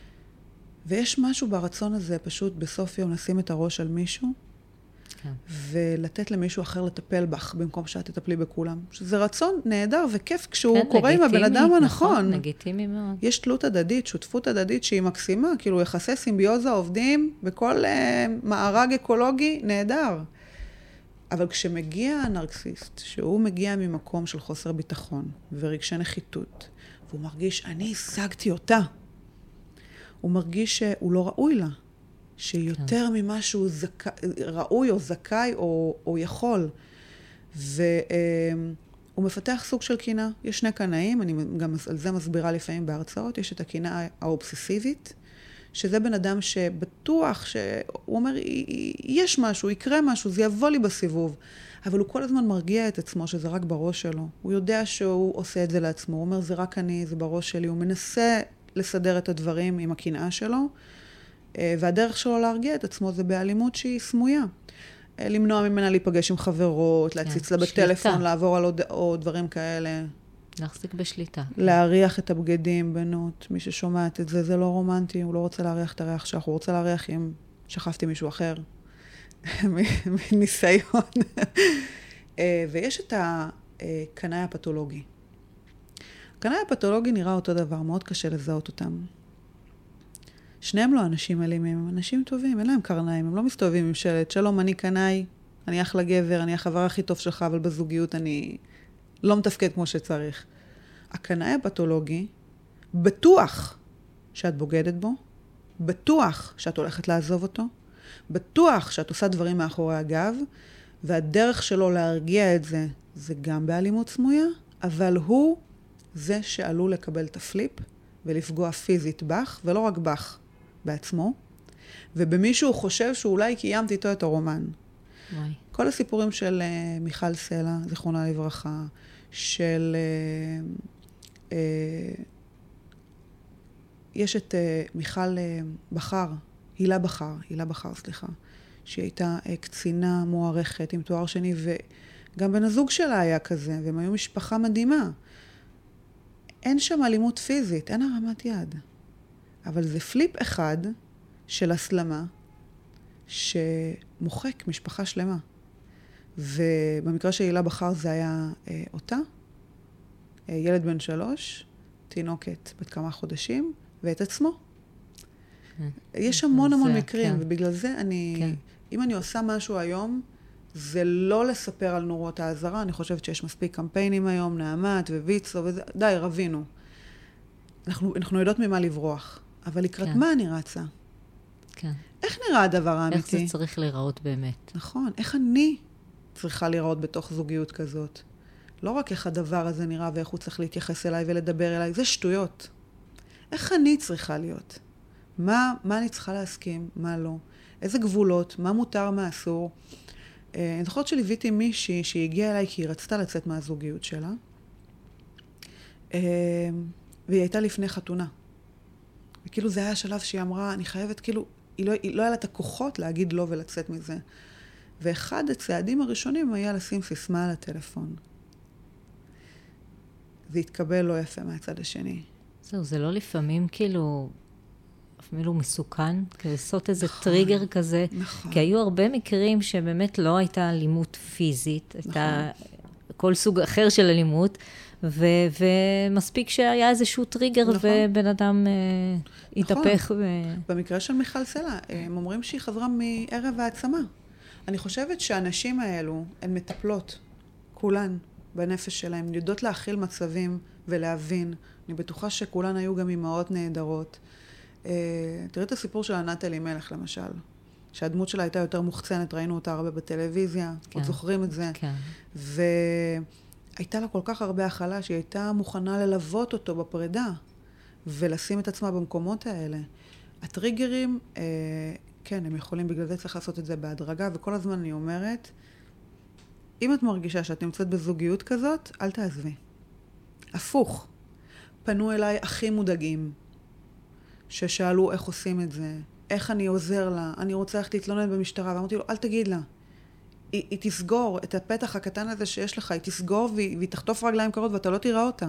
Speaker 2: ויש משהו ברצון הזה, פשוט בסוף יום לשים את הראש על מישהו, כן. ולתת למישהו אחר לטפל בך, במקום שאת תטפלי בכולם. שזה רצון נהדר וכיף כשהוא כן, קורא עם הבן אדם הנכון.
Speaker 1: נכון, לגיטימי מאוד.
Speaker 2: יש תלות הדדית, שותפות הדדית שהיא מקסימה, כאילו יחסי סימביוזה עובדים בכל uh, מארג אקולוגי נהדר. אבל כשמגיע הנרקסיסט, שהוא מגיע ממקום של חוסר ביטחון ורגשי נחיתות, והוא מרגיש, אני השגתי אותה, הוא מרגיש שהוא לא ראוי לה. שיותר כן. ממה שהוא זכ... ראוי או זכאי או, או יכול. והוא מפתח סוג של קינה. יש שני קנאים, אני גם על זה מסבירה לפעמים בהרצאות, יש את הקינה האובססיבית, שזה בן אדם שבטוח, שהוא אומר, יש משהו, יקרה משהו, זה יבוא לי בסיבוב. אבל הוא כל הזמן מרגיע את עצמו שזה רק בראש שלו. הוא יודע שהוא עושה את זה לעצמו. הוא אומר, זה רק אני, זה בראש שלי. הוא מנסה לסדר את הדברים עם הקנאה שלו, והדרך שלו להרגיע את עצמו זה באלימות שהיא סמויה. למנוע ממנה להיפגש עם חברות, להציץ לה בטלפון, לעבור על עוד דברים כאלה.
Speaker 1: להחזיק בשליטה.
Speaker 2: להריח את הבגדים, בנות. מי ששומעת את זה, זה לא רומנטי, הוא לא רוצה להריח את הריח שלך, הוא רוצה להריח אם שכבתי מישהו אחר. מניסיון. ויש את הקנאי הפתולוגי. הקנאי הפתולוגי נראה אותו דבר, מאוד קשה לזהות אותם. שניהם לא אנשים אלימים, הם אנשים טובים, אין להם קרניים, הם לא מסתובבים עם שלט, שלום, אני קנאי, אני אחלה גבר, אני החבר הכי טוב שלך, אבל בזוגיות אני לא מתפקד כמו שצריך. הקנאי הפתולוגי, בטוח שאת בוגדת בו, בטוח שאת הולכת לעזוב אותו, בטוח שאת עושה דברים מאחורי הגב, והדרך שלו להרגיע את זה, זה גם באלימות סמויה, אבל הוא זה שעלול לקבל את הפליפ, ולפגוע פיזית בך, ולא רק בך, בעצמו, ובמישהו חושב שאולי קיימת איתו את הרומן.
Speaker 1: וואי.
Speaker 2: כל הסיפורים של uh, מיכל סלע, זיכרונה לברכה, של... Uh, uh, יש את uh, מיכל uh, בחר, הילה בחר, הילה בחר, סליחה, שהיא הייתה uh, קצינה מוערכת עם תואר שני, וגם בן הזוג שלה היה כזה, והם היו משפחה מדהימה. אין שם אלימות פיזית, אין הרמת יד. אבל זה פליפ אחד של הסלמה, שמוחק משפחה שלמה. ובמקרה של הילה בחר זה היה אה, אותה, אה, ילד בן שלוש, תינוקת בת כמה חודשים, ואת עצמו. יש המון המון מקרים, ובגלל זה אני, אם אני עושה משהו היום, זה לא לספר על נורות האזהרה, אני חושבת שיש מספיק קמפיינים היום, נעמת וויצו, וזה, די, רבינו. אנחנו, אנחנו יודעות ממה לברוח, אבל לקראת מה אני רצה?
Speaker 1: כן.
Speaker 2: איך נראה הדבר האמיתי?
Speaker 1: איך זה צריך להיראות באמת?
Speaker 2: נכון, איך אני צריכה להיראות בתוך זוגיות כזאת? לא רק איך הדבר הזה נראה ואיך הוא צריך להתייחס אליי ולדבר אליי, זה שטויות. איך אני צריכה להיות? מה, מה אני צריכה להסכים, מה לא? איזה גבולות, מה מותר, מה אסור? אני זוכרת שליוויתי מישהי שהיא הגיעה אליי כי היא רצתה לצאת מהזוגיות שלה, והיא הייתה לפני חתונה. וכאילו זה היה השלב שהיא אמרה, אני חייבת, כאילו, היא לא, היא לא היה לה את הכוחות להגיד לא ולצאת מזה. ואחד הצעדים הראשונים היה לשים סיסמה על הטלפון. זה התקבל לא יפה מהצד השני.
Speaker 1: זהו, זה לא לפעמים כאילו... אפילו מסוכן, לעשות איזה נכון, טריגר כזה, נכון. כי היו הרבה מקרים שבאמת לא הייתה אלימות פיזית, נכון. הייתה כל סוג אחר של אלימות, ו- ומספיק שהיה איזשהו טריגר, נכון. ובן אדם uh, נכון. התהפך. ו...
Speaker 2: במקרה של מיכל סלע, הם אומרים שהיא חזרה מערב העצמה. אני חושבת שהאנשים האלו, הן מטפלות, כולן, בנפש שלהם, יודעות להכיל מצבים ולהבין. אני בטוחה שכולן היו גם אימהות נהדרות. Uh, תראי את הסיפור של ענת אלימלך, למשל. שהדמות שלה הייתה יותר מוחצנת, ראינו אותה הרבה בטלוויזיה, כן. עוד זוכרים את זה. כן. והייתה לה כל כך הרבה הכלה, שהיא הייתה מוכנה ללוות אותו בפרידה, ולשים את עצמה במקומות האלה. הטריגרים, uh, כן, הם יכולים, בגלל זה צריך לעשות את זה בהדרגה, וכל הזמן אני אומרת, אם את מרגישה שאת נמצאת בזוגיות כזאת, אל תעזבי. הפוך. פנו אליי הכי מודאגים. ששאלו איך עושים את זה, איך אני עוזר לה, אני רוצה איך להתלונן במשטרה, ואמרתי לו, אל תגיד לה. היא, היא תסגור את הפתח הקטן הזה שיש לך, היא תסגור והיא, והיא תחטוף רגליים קרות ואתה לא תראה אותה.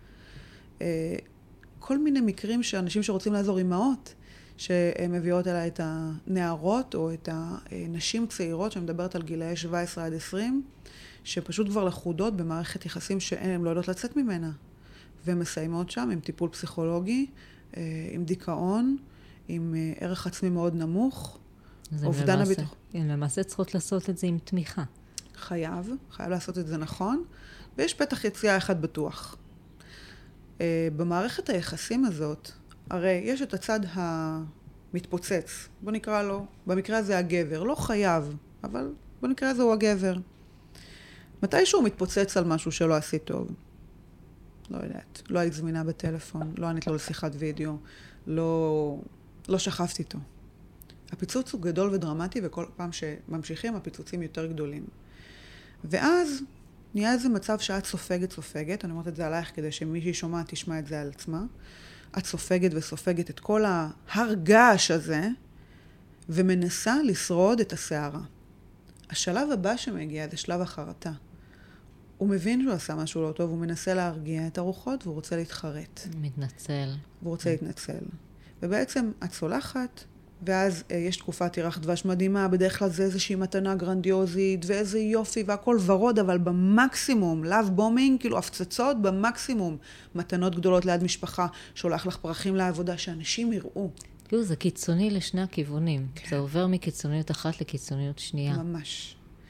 Speaker 2: כל מיני מקרים שאנשים שרוצים לעזור אימהות, שמביאות אליי את הנערות או את הנשים צעירות, שמדברת על גילאי שבע עשרה עד עשרים, שפשוט כבר לחודות במערכת יחסים שהן לא יודעות לצאת ממנה. ומסיימות שם עם טיפול פסיכולוגי, עם דיכאון, עם ערך עצמי מאוד נמוך, אובדן הביטחון.
Speaker 1: למעשה צריכות לעשות את זה עם תמיכה.
Speaker 2: חייב, חייב לעשות את זה נכון, ויש פתח יציאה אחד בטוח. במערכת היחסים הזאת, הרי יש את הצד המתפוצץ, בוא נקרא לו, במקרה הזה הגבר, לא חייב, אבל במקרה הזה הוא הגבר. מתי שהוא מתפוצץ על משהו שלא עשי טוב? לא יודעת, לא היית זמינה בטלפון, לא ענית לו לשיחת וידאו, לא, לא שכבת איתו. הפיצוץ הוא גדול ודרמטי, וכל פעם שממשיכים, הפיצוצים יותר גדולים. ואז נהיה איזה מצב שאת סופגת, סופגת, אני אומרת את זה עלייך כדי שמישהי שומעת תשמע את זה על עצמה, את סופגת וסופגת את כל ההרגש הזה, ומנסה לשרוד את הסערה. השלב הבא שמגיע זה שלב החרטה. הוא מבין שהוא עשה משהו לא טוב, הוא מנסה להרגיע את הרוחות, והוא רוצה להתחרט.
Speaker 1: מתנצל.
Speaker 2: והוא רוצה להתנצל. ובעצם את סולחת, ואז אה, יש תקופת ירח דבש מדהימה, בדרך כלל זה איזושהי מתנה גרנדיוזית, ואיזה יופי, והכל ורוד, אבל במקסימום, לאב בומינג, כאילו הפצצות במקסימום, מתנות גדולות ליד משפחה, שולח לך פרחים לעבודה, שאנשים יראו.
Speaker 1: כאילו, זה קיצוני לשני הכיוונים. כן. זה עובר מקיצוניות אחת לקיצוניות שנייה.
Speaker 2: ממש.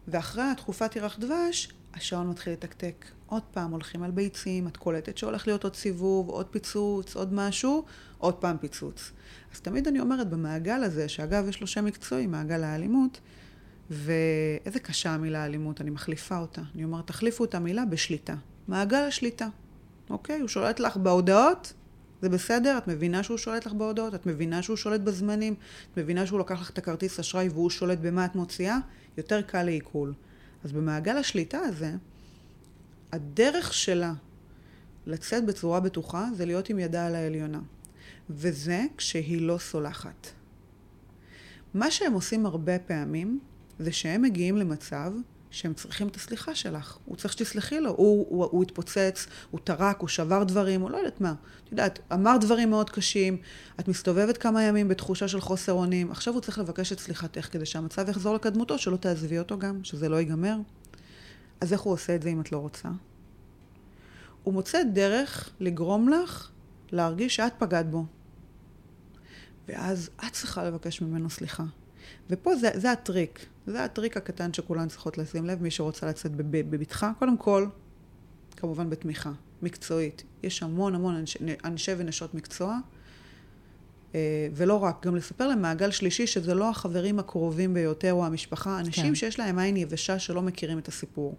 Speaker 2: ואחרי התקופת ירח דבש, השעון מתחיל לתקתק. עוד פעם הולכים על ביצים, את קולטת שהולך להיות עוד סיבוב, עוד פיצוץ, עוד משהו, עוד פעם פיצוץ. אז תמיד אני אומרת, במעגל הזה, שאגב יש לו שם מקצועי, מעגל האלימות, ואיזה קשה המילה אלימות, אני מחליפה אותה. אני אומרת, תחליפו את המילה בשליטה. מעגל השליטה. אוקיי? הוא שולט לך בהודעות, זה בסדר? את מבינה שהוא שולט לך בהודעות? את מבינה שהוא שולט בזמנים? את מבינה שהוא לקח לך את הכרטיס אשראי והוא שולט במה את מוציאה? יותר קל לעיכול. אז במעגל השליטה הזה, הדרך שלה לצאת בצורה בטוחה זה להיות עם ידה על העליונה. וזה כשהיא לא סולחת. מה שהם עושים הרבה פעמים, זה שהם מגיעים למצב שהם צריכים את הסליחה שלך. הוא צריך שתסלחי לו. הוא, הוא, הוא התפוצץ, הוא טרק, הוא שבר דברים, הוא לא יודעת מה. את יודעת, אמר דברים מאוד קשים, את מסתובבת כמה ימים בתחושה של חוסר אונים, עכשיו הוא צריך לבקש את סליחתך כדי שהמצב יחזור לקדמותו, שלא תעזבי אותו גם, שזה לא ייגמר. אז איך הוא עושה את זה אם את לא רוצה? הוא מוצא דרך לגרום לך להרגיש שאת פגעת בו. ואז את צריכה לבקש ממנו סליחה. ופה זה, זה הטריק. זה הטריק הקטן שכולן צריכות לשים לב, מי שרוצה לצאת בביטחה. קודם כל, כמובן בתמיכה, מקצועית. יש המון המון אנשי, אנשי ונשות מקצוע, ולא רק, גם לספר למעגל שלישי שזה לא החברים הקרובים ביותר או המשפחה, אנשים כן. שיש להם עין יבשה שלא מכירים את הסיפור.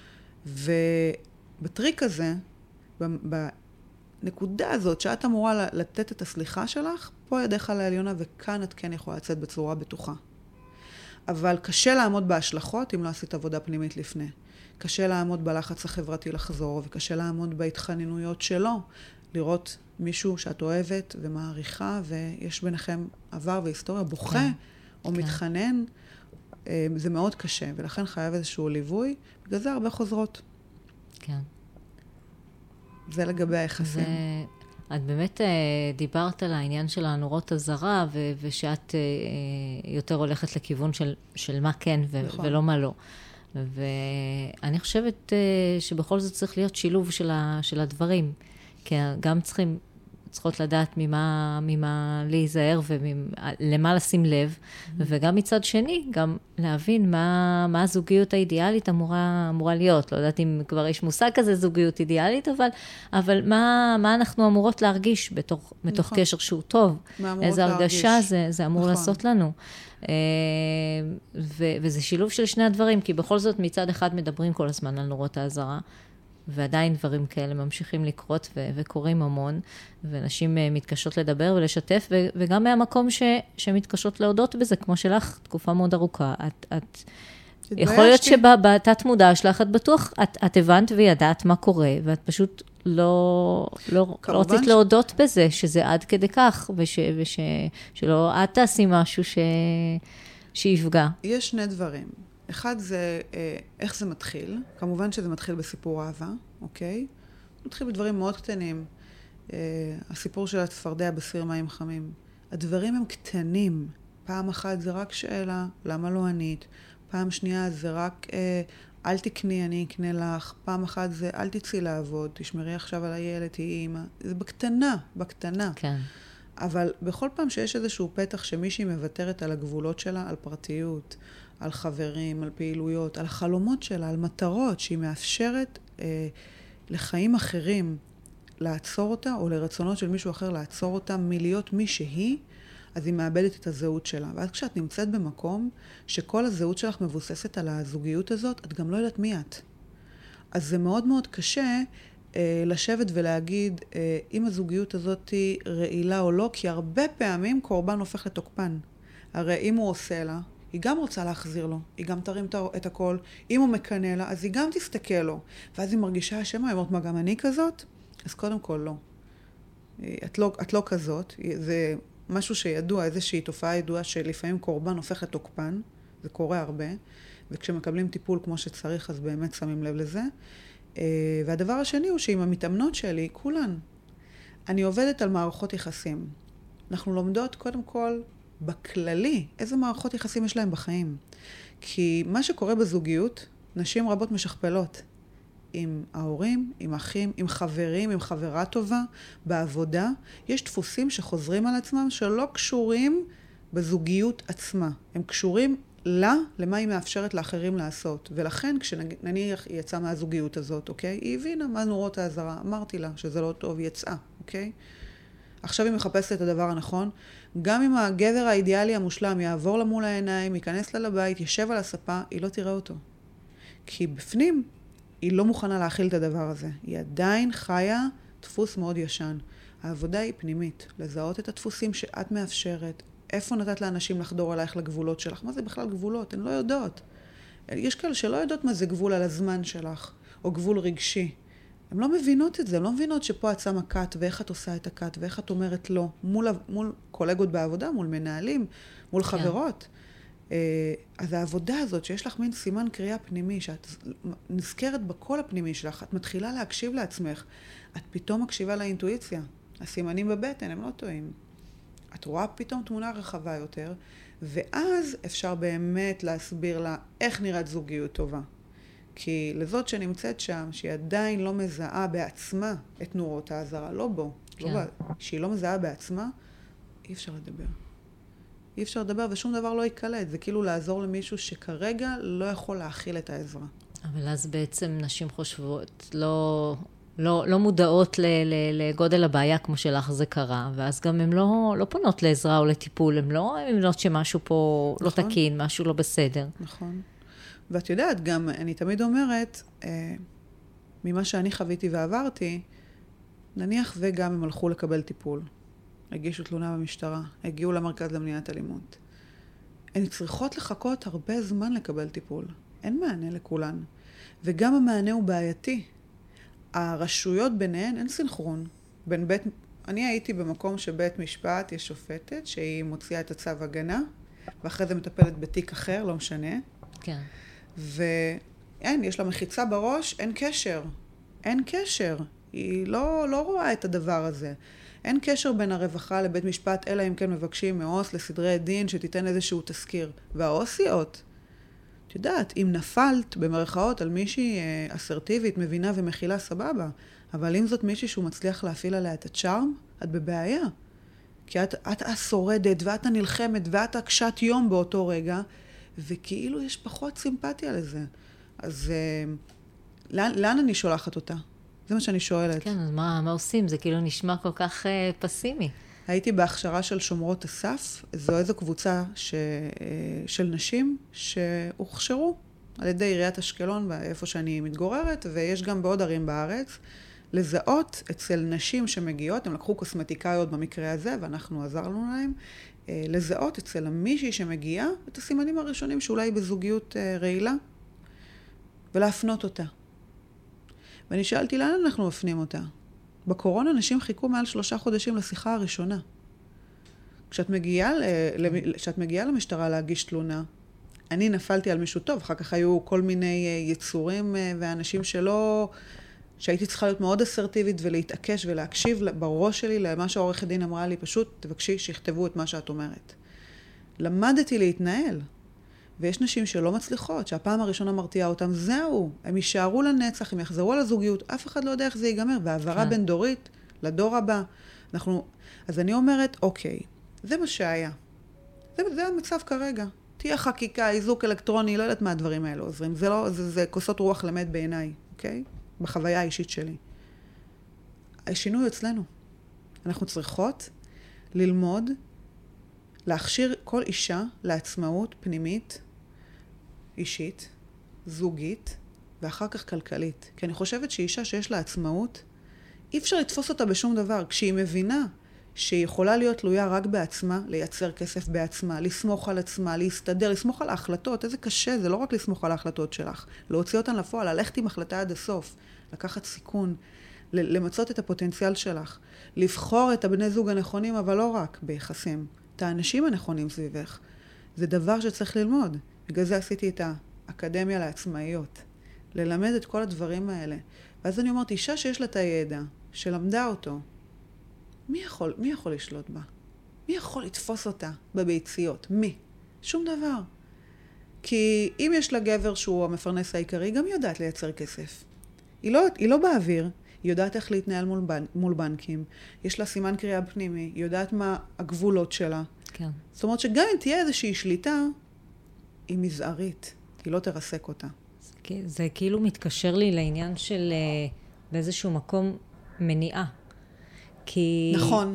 Speaker 2: ובטריק הזה, בנקודה הזאת שאת אמורה לתת את הסליחה שלך, פה ידיך לעליונה וכאן את כן יכולה לצאת בצורה בטוחה. אבל קשה לעמוד בהשלכות אם לא עשית עבודה פנימית לפני. קשה לעמוד בלחץ החברתי לחזור, וקשה לעמוד בהתחננויות שלו, לראות מישהו שאת אוהבת ומעריכה, ויש ביניכם עבר והיסטוריה בוכה כן. או כן. מתחנן, זה מאוד קשה, ולכן חייב איזשהו ליווי, בגלל זה הרבה חוזרות.
Speaker 1: כן.
Speaker 2: זה לגבי היחסים.
Speaker 1: זה... את באמת דיברת על העניין של הנורות הזרה, ו- ושאת יותר הולכת לכיוון של, של מה כן ו- נכון. ולא מה לא. ואני חושבת שבכל זאת צריך להיות שילוב של, ה- של הדברים. כי גם צריכים, צריכות לדעת ממה, ממה להיזהר ולמה לשים לב. Mm-hmm. וגם מצד שני, גם להבין מה, מה הזוגיות האידיאלית אמורה, אמורה להיות. לא יודעת אם כבר יש מושג כזה זוגיות אידיאלית, אבל, אבל מה, מה אנחנו אמורות להרגיש בתוך, נכון. בתוך קשר שהוא טוב? איזו הרגשה זה, זה אמור נכון. לעשות לנו. ו, וזה שילוב של שני הדברים, כי בכל זאת מצד אחד מדברים כל הזמן על נורות האזהרה, ועדיין דברים כאלה ממשיכים לקרות ו- וקורים המון, ונשים מתקשות לדבר ולשתף, ו- וגם מהמקום ש- שמתקשות להודות בזה, כמו שלך, תקופה מאוד ארוכה. את, את, יכול להיות שבתת מודע שלך, את בטוח, את, את הבנת וידעת מה קורה, ואת פשוט לא, לא, לא רצית ש... להודות בזה, שזה עד כדי כך, וש, וש, שלא את תעשי משהו ש, שיפגע.
Speaker 2: יש שני דברים. אחד זה איך זה מתחיל. כמובן שזה מתחיל בסיפור אהבה, אוקיי? מתחיל בדברים מאוד קטנים. הסיפור של הצפרדע בסיר מים חמים. הדברים הם קטנים. פעם אחת זה רק שאלה, למה לא ענית? פעם שנייה זה רק, אל תקני, אני אקנה לך. פעם אחת זה, אל תצאי לעבוד, תשמרי עכשיו על הילד, היא אימא. זה בקטנה, בקטנה.
Speaker 1: כן.
Speaker 2: אבל בכל פעם שיש איזשהו פתח שמישהי מוותרת על הגבולות שלה, על פרטיות, על חברים, על פעילויות, על החלומות שלה, על מטרות שהיא מאפשרת אה, לחיים אחרים לעצור אותה, או לרצונות של מישהו אחר לעצור אותה מלהיות מי שהיא, אז היא מאבדת את הזהות שלה. ואז כשאת נמצאת במקום שכל הזהות שלך מבוססת על הזוגיות הזאת, את גם לא יודעת מי את. אז זה מאוד מאוד קשה אה, לשבת ולהגיד אה, אם הזוגיות הזאת היא רעילה או לא, כי הרבה פעמים קורבן הופך לתוקפן. הרי אם הוא עושה לה, היא גם רוצה להחזיר לו, היא גם תרים את הכל, אם הוא מקנה לה, אז היא גם תסתכל לו. ואז היא מרגישה אשמה, היא אומרת, מה, גם אני כזאת? אז קודם כל לא. את לא, את לא כזאת, זה משהו שידוע, איזושהי תופעה ידועה שלפעמים קורבן הופך לתוקפן, זה קורה הרבה, וכשמקבלים טיפול כמו שצריך, אז באמת שמים לב לזה. והדבר השני הוא שעם המתאמנות שלי, כולן, אני עובדת על מערכות יחסים. אנחנו לומדות קודם כל בכללי, איזה מערכות יחסים יש להם בחיים. כי מה שקורה בזוגיות, נשים רבות משכפלות. עם ההורים, עם אחים, עם חברים, עם חברה טובה, בעבודה. יש דפוסים שחוזרים על עצמם שלא קשורים בזוגיות עצמה. הם קשורים לה, למה היא מאפשרת לאחרים לעשות. ולכן, כשנניח היא יצאה מהזוגיות הזאת, אוקיי? היא הבינה מה נורות האזהרה. אמרתי לה שזה לא טוב, היא יצאה, אוקיי? עכשיו היא מחפשת את הדבר הנכון. גם אם הגבר האידיאלי המושלם יעבור לה מול העיניים, ייכנס לה לבית, ישב על הספה, היא לא תראה אותו. כי בפנים היא לא מוכנה להכיל את הדבר הזה. היא עדיין חיה דפוס מאוד ישן. העבודה היא פנימית. לזהות את הדפוסים שאת מאפשרת. איפה נתת לאנשים לחדור עלייך לגבולות שלך? מה זה בכלל גבולות? הן לא יודעות. יש כאלה שלא יודעות מה זה גבול על הזמן שלך, או גבול רגשי. הן לא מבינות את זה, הן לא מבינות שפה את שמה קאט, ואיך את עושה את הקאט, ואיך את אומרת לא, מול, מול קולגות בעבודה, מול מנהלים, מול כן. חברות. אז העבודה הזאת, שיש לך מין סימן קריאה פנימי, שאת נזכרת בכל הפנימי שלך, את מתחילה להקשיב לעצמך, את פתאום מקשיבה לאינטואיציה. הסימנים בבטן, הם לא טועים. את רואה פתאום תמונה רחבה יותר, ואז אפשר באמת להסביר לה איך נראית זוגיות טובה. כי לזאת שנמצאת שם, שהיא עדיין לא מזהה בעצמה את נורות האזהרה, לא בו, כן. לא בו, שהיא לא מזהה בעצמה, אי אפשר לדבר. אי אפשר לדבר ושום דבר לא יקלט. זה כאילו לעזור למישהו שכרגע לא יכול להכיל את העזרה.
Speaker 1: אבל אז בעצם נשים חושבות, לא, לא, לא מודעות ל, ל, לגודל הבעיה כמו שלך זה קרה, ואז גם הן לא, לא פונות לעזרה או לטיפול, הן לא מבינות שמשהו פה נכון. לא תקין, משהו לא בסדר.
Speaker 2: נכון. ואת יודעת, גם אני תמיד אומרת, אה, ממה שאני חוויתי ועברתי, נניח וגם הם הלכו לקבל טיפול. הגישו תלונה במשטרה, הגיעו למרכז למניעת אלימות. הן צריכות לחכות הרבה זמן לקבל טיפול. אין מענה לכולן. וגם המענה הוא בעייתי. הרשויות ביניהן אין סינכרון. בין בית, אני הייתי במקום שבית משפט יש שופטת שהיא מוציאה את הצו הגנה, ואחרי זה מטפלת בתיק אחר, לא משנה.
Speaker 1: כן.
Speaker 2: ואין, יש לה מחיצה בראש, אין קשר. אין קשר. היא לא, לא רואה את הדבר הזה. אין קשר בין הרווחה לבית משפט, אלא אם כן מבקשים מעוס לסדרי דין שתיתן איזשהו תזכיר. והעוסיות, את יודעת, אם נפלת במרכאות על מישהי אסרטיבית, מבינה ומכילה, סבבה. אבל אם זאת מישהי שהוא מצליח להפעיל עליה את הצ'ארם, את בבעיה. כי את, את השורדת ואת הנלחמת ואת הקשת יום באותו רגע, וכאילו יש פחות סימפתיה לזה. אז לאן, לאן אני שולחת אותה? זה מה שאני שואלת.
Speaker 1: כן, אז מה, מה עושים? זה כאילו נשמע כל כך uh, פסימי.
Speaker 2: הייתי בהכשרה של שומרות הסף. זו איזו קבוצה ש, של נשים שהוכשרו על ידי עיריית אשקלון, איפה שאני מתגוררת, ויש גם בעוד ערים בארץ, לזהות אצל נשים שמגיעות, הם לקחו קוסמטיקאיות במקרה הזה, ואנחנו עזרנו להם, לזהות אצל המישהי שמגיעה את הסימנים הראשונים שאולי בזוגיות רעילה, ולהפנות אותה. ואני שאלתי לאן אנחנו מפנים אותה. בקורונה נשים חיכו מעל שלושה חודשים לשיחה הראשונה. כשאת מגיעה, כשאת מגיעה למשטרה להגיש תלונה, אני נפלתי על מישהו טוב, אחר כך היו כל מיני יצורים ואנשים שלא, שהייתי צריכה להיות מאוד אסרטיבית ולהתעקש ולהקשיב בראש שלי למה שהעורכת דין אמרה לי, פשוט תבקשי שיכתבו את מה שאת אומרת. למדתי להתנהל. ויש נשים שלא מצליחות, שהפעם הראשונה מרתיעה אותם, זהו, הם יישארו לנצח, הם יחזרו על הזוגיות, אף אחד לא יודע איך זה ייגמר, והעברה בין דורית לדור הבא. אנחנו, אז אני אומרת, אוקיי, זה מה שהיה. זה, זה המצב כרגע. תהיה חקיקה, איזוק אלקטרוני, לא יודעת מה הדברים האלה עוזרים. זה לא, זה, זה כוסות רוח למת בעיניי, אוקיי? בחוויה האישית שלי. השינוי אצלנו. אנחנו צריכות ללמוד, להכשיר כל אישה לעצמאות פנימית, אישית, זוגית, ואחר כך כלכלית. כי אני חושבת שאישה שיש לה עצמאות, אי אפשר לתפוס אותה בשום דבר. כשהיא מבינה שהיא יכולה להיות תלויה רק בעצמה, לייצר כסף בעצמה, לסמוך על עצמה, להסתדר, לסמוך על ההחלטות. איזה קשה, זה לא רק לסמוך על ההחלטות שלך. להוציא אותן לפועל, ללכת עם החלטה עד הסוף, לקחת סיכון, למצות את הפוטנציאל שלך, לבחור את הבני זוג הנכונים, אבל לא רק ביחסים. את האנשים הנכונים סביבך. זה דבר שצריך ללמוד. בגלל זה עשיתי את האקדמיה לעצמאיות. ללמד את כל הדברים האלה. ואז אני אומרת, אישה שיש לה את הידע, שלמדה אותו, מי יכול, מי יכול לשלוט בה? מי יכול לתפוס אותה בביציות? מי? שום דבר. כי אם יש לה גבר שהוא המפרנס העיקרי, גם היא יודעת לייצר כסף. היא לא, היא לא באוויר. היא יודעת איך להתנהל מול, בנ, מול בנקים. יש לה סימן קריאה פנימי. היא יודעת מה הגבולות שלה.
Speaker 1: כן.
Speaker 2: זאת אומרת שגם אם תהיה איזושהי שליטה, היא מזערית, היא לא תרסק אותה.
Speaker 1: זה, זה כאילו מתקשר לי לעניין של באיזשהו מקום מניעה. כי...
Speaker 2: נכון.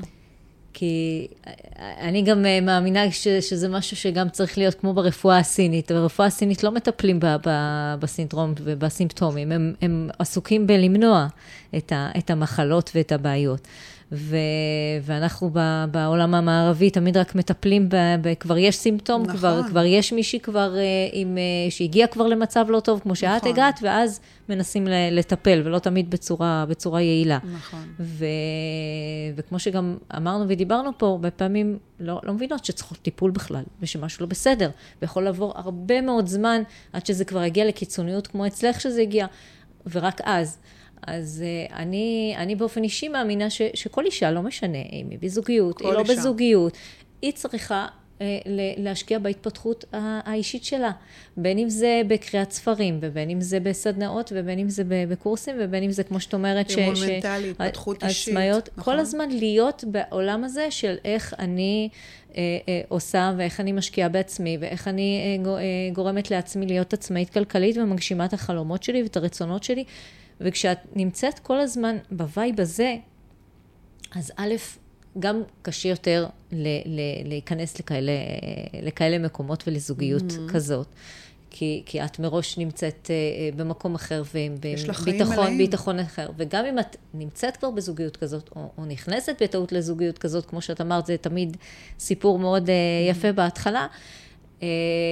Speaker 1: כי אני גם מאמינה ש, שזה משהו שגם צריך להיות כמו ברפואה הסינית. ברפואה הסינית לא מטפלים ב, ב, בסינדרום ובסימפטומים. הם, הם עסוקים בלמנוע את, ה, את המחלות ואת הבעיות. ו, ואנחנו ב, בעולם המערבי תמיד רק מטפלים, ב, ב, כבר יש סימפטום, נכון. כבר, כבר יש מישהי כבר, עם, שהגיע כבר למצב לא טוב, כמו שאת נכון. הגעת, ואז מנסים לטפל, ולא תמיד בצורה, בצורה יעילה.
Speaker 2: נכון.
Speaker 1: ו, וכמו שגם אמרנו ודיברנו פה, הרבה פעמים לא, לא מבינות שצריכות טיפול בכלל, ושמשהו לא בסדר, ויכול לעבור הרבה מאוד זמן, עד שזה כבר הגיע לקיצוניות, כמו אצלך שזה הגיע, ורק אז. אז uh, אני, אני באופן אישי מאמינה ש, שכל אישה, לא משנה, אם היא בזוגיות, היא לא אישה. בזוגיות, היא צריכה uh, להשקיע בהתפתחות האישית שלה. בין אם זה בקריאת ספרים, ובין אם זה בסדנאות, ובין אם זה בקורסים, ובין אם זה, כמו שאת אומרת,
Speaker 2: אימון מנטלי, התפתחות אישית.
Speaker 1: נכון. כל הזמן להיות בעולם הזה של איך אני uh, uh, עושה, ואיך אני משקיעה בעצמי, ואיך אני uh, גורמת לעצמי להיות עצמאית כלכלית, ומגשימה את החלומות שלי ואת הרצונות שלי, וכשאת נמצאת כל הזמן בווייב הזה, אז א', גם קשה יותר ל- ל- להיכנס לכאלה, לכאלה מקומות ולזוגיות mm-hmm. כזאת. כי, כי את מראש נמצאת uh, במקום אחר ובביטחון, ביטחון אחר. וגם אם את נמצאת כבר בזוגיות כזאת, או, או נכנסת בטעות לזוגיות כזאת, כמו שאת אמרת, זה תמיד סיפור מאוד uh, יפה mm-hmm. בהתחלה, uh,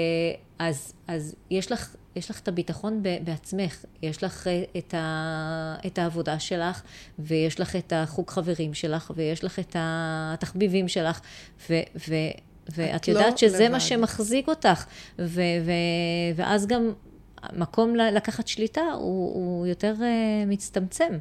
Speaker 1: אז, אז יש לך... יש לך את הביטחון בעצמך, יש לך את, ה, את העבודה שלך, ויש לך את החוג חברים שלך, ויש לך את התחביבים שלך, ו, ו, ואת יודעת לא שזה לבד. מה שמחזיק אותך, ו, ו, ואז גם מקום לקחת שליטה הוא, הוא יותר מצטמצם.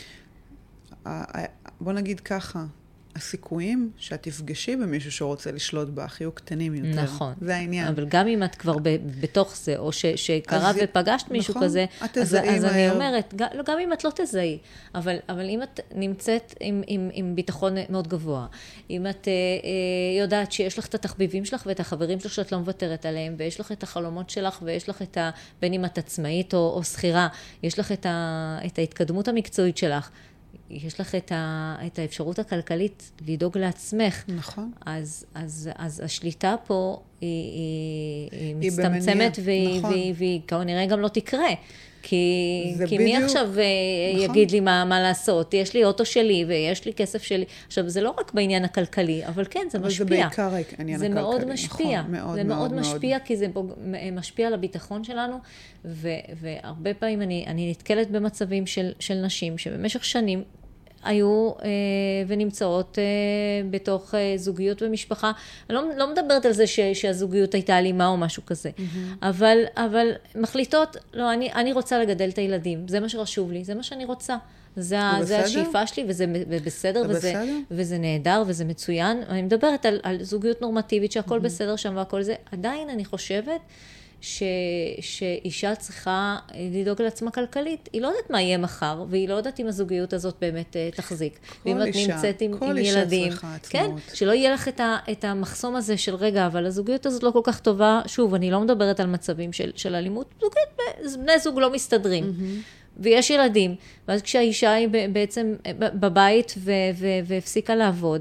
Speaker 2: בוא נגיד ככה, הסיכויים שאת תפגשי במישהו שרוצה לשלוט בך יהיו קטנים יותר.
Speaker 1: נכון.
Speaker 2: זה העניין.
Speaker 1: אבל גם אם את כבר ב, בתוך זה, או ש, שקרה
Speaker 2: אז,
Speaker 1: ופגשת מישהו
Speaker 2: נכון,
Speaker 1: כזה,
Speaker 2: אז,
Speaker 1: אז אני אומרת, גם, גם אם את לא תזהי, אבל, אבל אם את נמצאת עם, עם, עם ביטחון מאוד גבוה, אם את אה, אה, יודעת שיש לך את התחביבים שלך ואת החברים שלך שאת לא מוותרת עליהם, ויש לך את החלומות שלך, ויש לך את ה... בין אם את עצמאית או, או שכירה, יש לך את, ה, את ההתקדמות המקצועית שלך, יש לך את, ה, את האפשרות הכלכלית לדאוג לעצמך.
Speaker 2: נכון.
Speaker 1: אז, אז, אז השליטה פה היא, היא, היא מצטמצמת, והיא, נכון. והיא, והיא כנראה גם לא תקרה. כי, כי מי עכשיו נכון. יגיד לי מה, מה לעשות? יש לי אוטו שלי ויש לי כסף שלי. עכשיו, זה לא רק בעניין הכלכלי, אבל כן, זה
Speaker 2: אבל
Speaker 1: משפיע.
Speaker 2: אבל זה בעיקר העניין הכלכלי.
Speaker 1: זה מאוד משפיע.
Speaker 2: נכון, מאוד,
Speaker 1: זה מאוד,
Speaker 2: מאוד
Speaker 1: משפיע,
Speaker 2: מאוד.
Speaker 1: כי זה משפיע על הביטחון שלנו, ו, והרבה פעמים אני, אני נתקלת במצבים של, של נשים, שבמשך שנים היו אה, ונמצאות אה, בתוך אה, זוגיות ומשפחה. אני לא, לא מדברת על זה ש, שהזוגיות הייתה אלימה או משהו כזה. Mm-hmm. אבל, אבל מחליטות, לא, אני, אני רוצה לגדל את הילדים. זה מה שרשוב לי, זה מה שאני רוצה. זה, זה השאיפה שלי, וזה בסדר,
Speaker 2: זה
Speaker 1: וזה,
Speaker 2: בסדר?
Speaker 1: וזה נהדר, וזה מצוין. אני מדברת על, על זוגיות נורמטיבית, שהכל mm-hmm. בסדר שם והכל זה. עדיין אני חושבת ש, שאישה צריכה לדאוג לעצמה כלכלית. היא לא יודעת מה יהיה מחר, והיא לא יודעת אם הזוגיות הזאת באמת תחזיק. ואם את נמצאת עם, עם ילדים, כן, שלא יהיה לך את, ה, את המחסום הזה של רגע, אבל הזוגיות הזאת לא כל כך טובה. שוב, אני לא מדברת על מצבים של, של אלימות. זוגיות, בני זוג לא מסתדרים. Mm-hmm. ויש ילדים. ואז כשהאישה היא בעצם בבית ו, ו, והפסיקה לעבוד,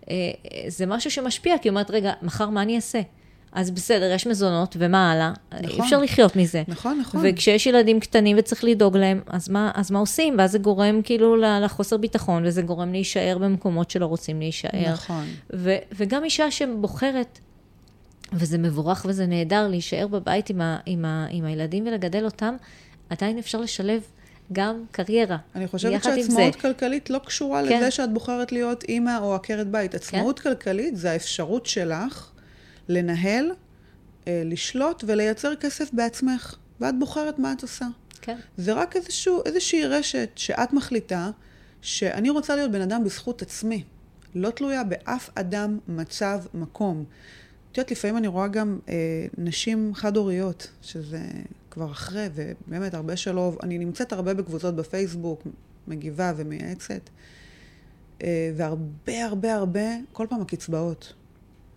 Speaker 1: זה משהו שמשפיע, כי היא אומרת, רגע, מחר מה אני אעשה? אז בסדר, יש מזונות, ומה הלאה? נכון. אי אפשר לחיות מזה.
Speaker 2: נכון, נכון.
Speaker 1: וכשיש ילדים קטנים וצריך לדאוג להם, אז מה, אז מה עושים? ואז זה גורם כאילו לחוסר ביטחון, וזה גורם להישאר במקומות שלא רוצים להישאר.
Speaker 2: נכון.
Speaker 1: ו, וגם אישה שבוחרת, וזה מבורך וזה נהדר, להישאר בבית עם, ה, עם, ה, עם הילדים ולגדל אותם, עדיין אפשר לשלב גם קריירה.
Speaker 2: אני חושבת שעצמאות כלכלית לא קשורה כן. לזה שאת בוחרת להיות אימא או עקרת בית. עצמאות כן. כלכלית זה האפשרות שלך, לנהל, לשלוט ולייצר כסף בעצמך, ואת בוחרת מה את עושה.
Speaker 1: כן. זה
Speaker 2: רק איזשהו, איזושהי רשת שאת מחליטה שאני רוצה להיות בן אדם בזכות עצמי, לא תלויה באף אדם, מצב, מקום. את יודעת, לפעמים אני רואה גם אה, נשים חד-הוריות, שזה כבר אחרי, ובאמת הרבה שלא, אני נמצאת הרבה בקבוצות בפייסבוק, מגיבה ומייעצת, אה, והרבה הרבה הרבה, כל פעם הקצבאות.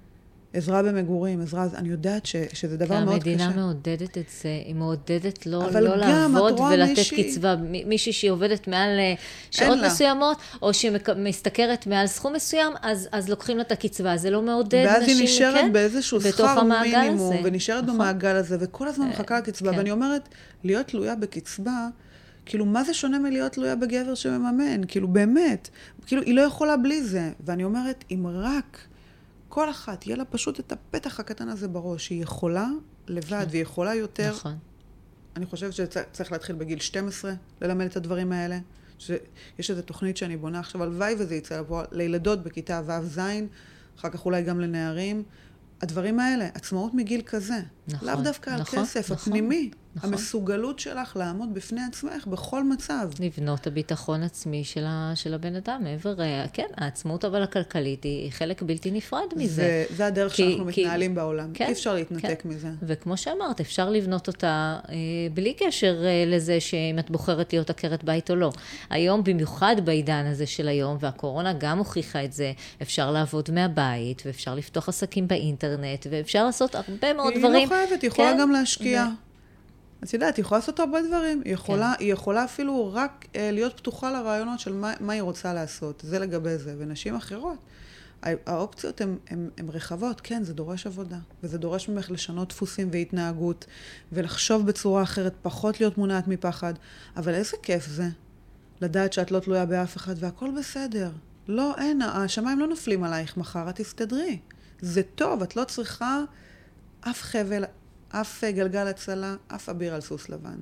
Speaker 2: עזרה במגורים, עזרה, אני יודעת ש, שזה דבר מאוד קשה.
Speaker 1: המדינה מעודדת את זה, היא מעודדת לא, לא לעבוד ולתת מישהי... קצבה. מישהי שהיא עובדת מעל שעות מסוימות, או שהיא משתכרת מעל סכום מסוים, אז, אז לוקחים לה את הקצבה. זה לא מעודד נשים, כן?
Speaker 2: ואז היא נשארת כן? באיזשהו שכר מינימום, הזה. ונשארת נכון. במעגל הזה, וכל הזמן מחכה לקצבה. כן. ואני אומרת, להיות תלויה בקצבה, כאילו, מה זה שונה מלהיות תלויה בגבר שמממן? כאילו, באמת. כאילו, היא לא יכולה בלי זה. ואני אומרת, אם רק כל אחת, יהיה לה פשוט את הפתח הקטן הזה בראש, היא יכולה לבד, והיא יכולה יותר.
Speaker 1: נכון.
Speaker 2: אני חושבת שצריך להתחיל בגיל שתים עשרה, ללמד את הדברים האלה. יש איזו תוכנית שאני בונה עכשיו, הלוואי וזה יצא לפה, לילדות בכיתה ו' ז', אחר כך אולי גם לנערים. הדברים האלה, עצמאות מגיל כזה.
Speaker 1: נכון.
Speaker 2: לאו דווקא על
Speaker 1: נכון,
Speaker 2: כסף,
Speaker 1: נכון,
Speaker 2: הפנימי.
Speaker 1: נכון.
Speaker 2: המסוגלות שלך לעמוד בפני עצמך בכל מצב.
Speaker 1: לבנות הביטחון עצמי של, ה, של הבן אדם, מעבר, כן, העצמאות אבל הכלכלית היא חלק בלתי נפרד מזה.
Speaker 2: זה, זה הדרך כי, שאנחנו כי, מתנהלים בעולם.
Speaker 1: כן,
Speaker 2: אי אפשר להתנתק
Speaker 1: כן.
Speaker 2: מזה.
Speaker 1: וכמו שאמרת, אפשר לבנות אותה אה, בלי קשר אה, לזה שאם את בוחרת להיות עקרת בית או לא. היום, במיוחד בעידן הזה של היום, והקורונה גם הוכיחה את זה, אפשר לעבוד מהבית, ואפשר לפתוח עסקים באינטרנט, ואפשר לעשות הרבה מאוד
Speaker 2: היא
Speaker 1: דברים.
Speaker 2: היא לא חייבת, היא יכולה
Speaker 1: כן?
Speaker 2: גם להשקיע.
Speaker 1: ו...
Speaker 2: את יודעת, היא יכולה לעשות הרבה דברים. היא יכולה,
Speaker 1: כן.
Speaker 2: היא יכולה אפילו רק אה, להיות פתוחה לרעיונות של מה, מה היא רוצה לעשות. זה לגבי זה. ונשים אחרות, האופציות הן, הן, הן רחבות. כן, זה דורש עבודה. וזה דורש ממך לשנות דפוסים והתנהגות, ולחשוב בצורה אחרת, פחות להיות מונעת מפחד. אבל איזה כיף זה, לדעת שאת לא תלויה באף אחד, והכל בסדר. לא, אין, השמיים לא נופלים עלייך מחר, את תסתדרי. זה טוב, את לא צריכה אף חבל, אף גלגל הצלה, אף אביר על סוס לבן.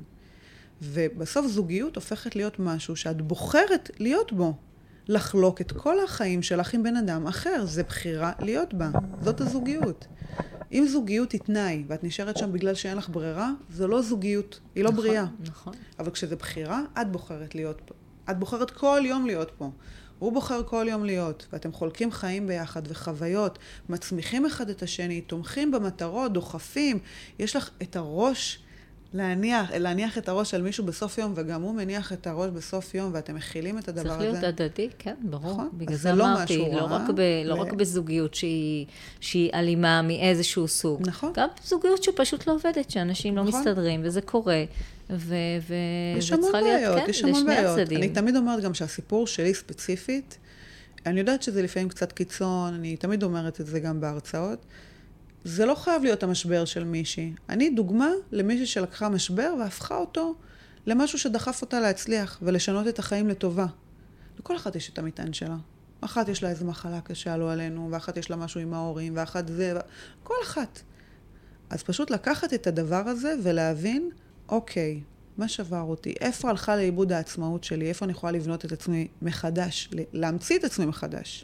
Speaker 2: ובסוף זוגיות הופכת להיות משהו שאת בוחרת להיות בו. לחלוק את כל החיים שלך עם בן אדם אחר. זה בחירה להיות בה. זאת הזוגיות. אם זוגיות היא תנאי, ואת נשארת שם בגלל שאין לך ברירה, זו לא זוגיות. היא לא
Speaker 1: נכון,
Speaker 2: בריאה.
Speaker 1: נכון.
Speaker 2: אבל כשזה בחירה, את בוחרת להיות פה. את בוחרת כל יום להיות פה. הוא בוחר כל יום להיות, ואתם חולקים חיים ביחד וחוויות, מצמיחים אחד את השני, תומכים במטרות, דוחפים. יש לך את הראש להניח, להניח את הראש על מישהו בסוף יום, וגם הוא מניח את הראש בסוף יום, ואתם מכילים את הדבר הזה.
Speaker 1: צריך להיות הדדי, כן, ברור.
Speaker 2: נכון?
Speaker 1: בגלל זה לא אמרתי, לא, רק, ב, לא ל... רק בזוגיות שהיא, שהיא אלימה מאיזשהו סוג.
Speaker 2: נכון.
Speaker 1: גם זוגיות שפשוט לא עובדת, שאנשים נכון. לא מסתדרים, וזה קורה. ו... ו...
Speaker 2: יש המון בעיות,
Speaker 1: כן,
Speaker 2: יש המון בעיות.
Speaker 1: הצדדים.
Speaker 2: אני תמיד אומרת גם שהסיפור שלי ספציפית, אני יודעת שזה לפעמים קצת קיצון, אני תמיד אומרת את זה גם בהרצאות, זה לא חייב להיות המשבר של מישהי. אני דוגמה למישהי שלקחה משבר והפכה אותו למשהו שדחף אותה להצליח ולשנות את החיים לטובה. לכל אחת יש את המטען שלה. אחת יש לה איזו מחלה קשה לא עלינו, ואחת יש לה משהו עם ההורים, ואחת זה, כל אחת. אז פשוט לקחת את הדבר הזה ולהבין, אוקיי, מה שבר אותי? איפה הלכה לאיבוד העצמאות שלי? איפה אני יכולה לבנות את עצמי מחדש? להמציא את עצמי מחדש?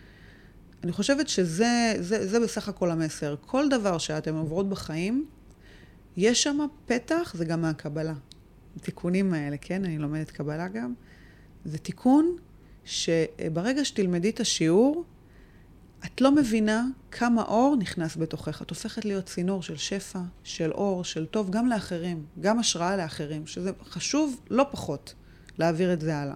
Speaker 2: אני חושבת שזה זה, זה בסך הכל המסר. כל דבר שאתם עוברות בחיים, יש שם פתח, זה גם מהקבלה. התיקונים האלה, כן? אני לומדת קבלה גם. זה תיקון שברגע שתלמדי את השיעור, את לא מבינה כמה אור נכנס בתוכך. את הופכת להיות צינור של שפע, של אור, של טוב, גם לאחרים, גם השראה לאחרים, שזה חשוב לא פחות להעביר את זה הלאה.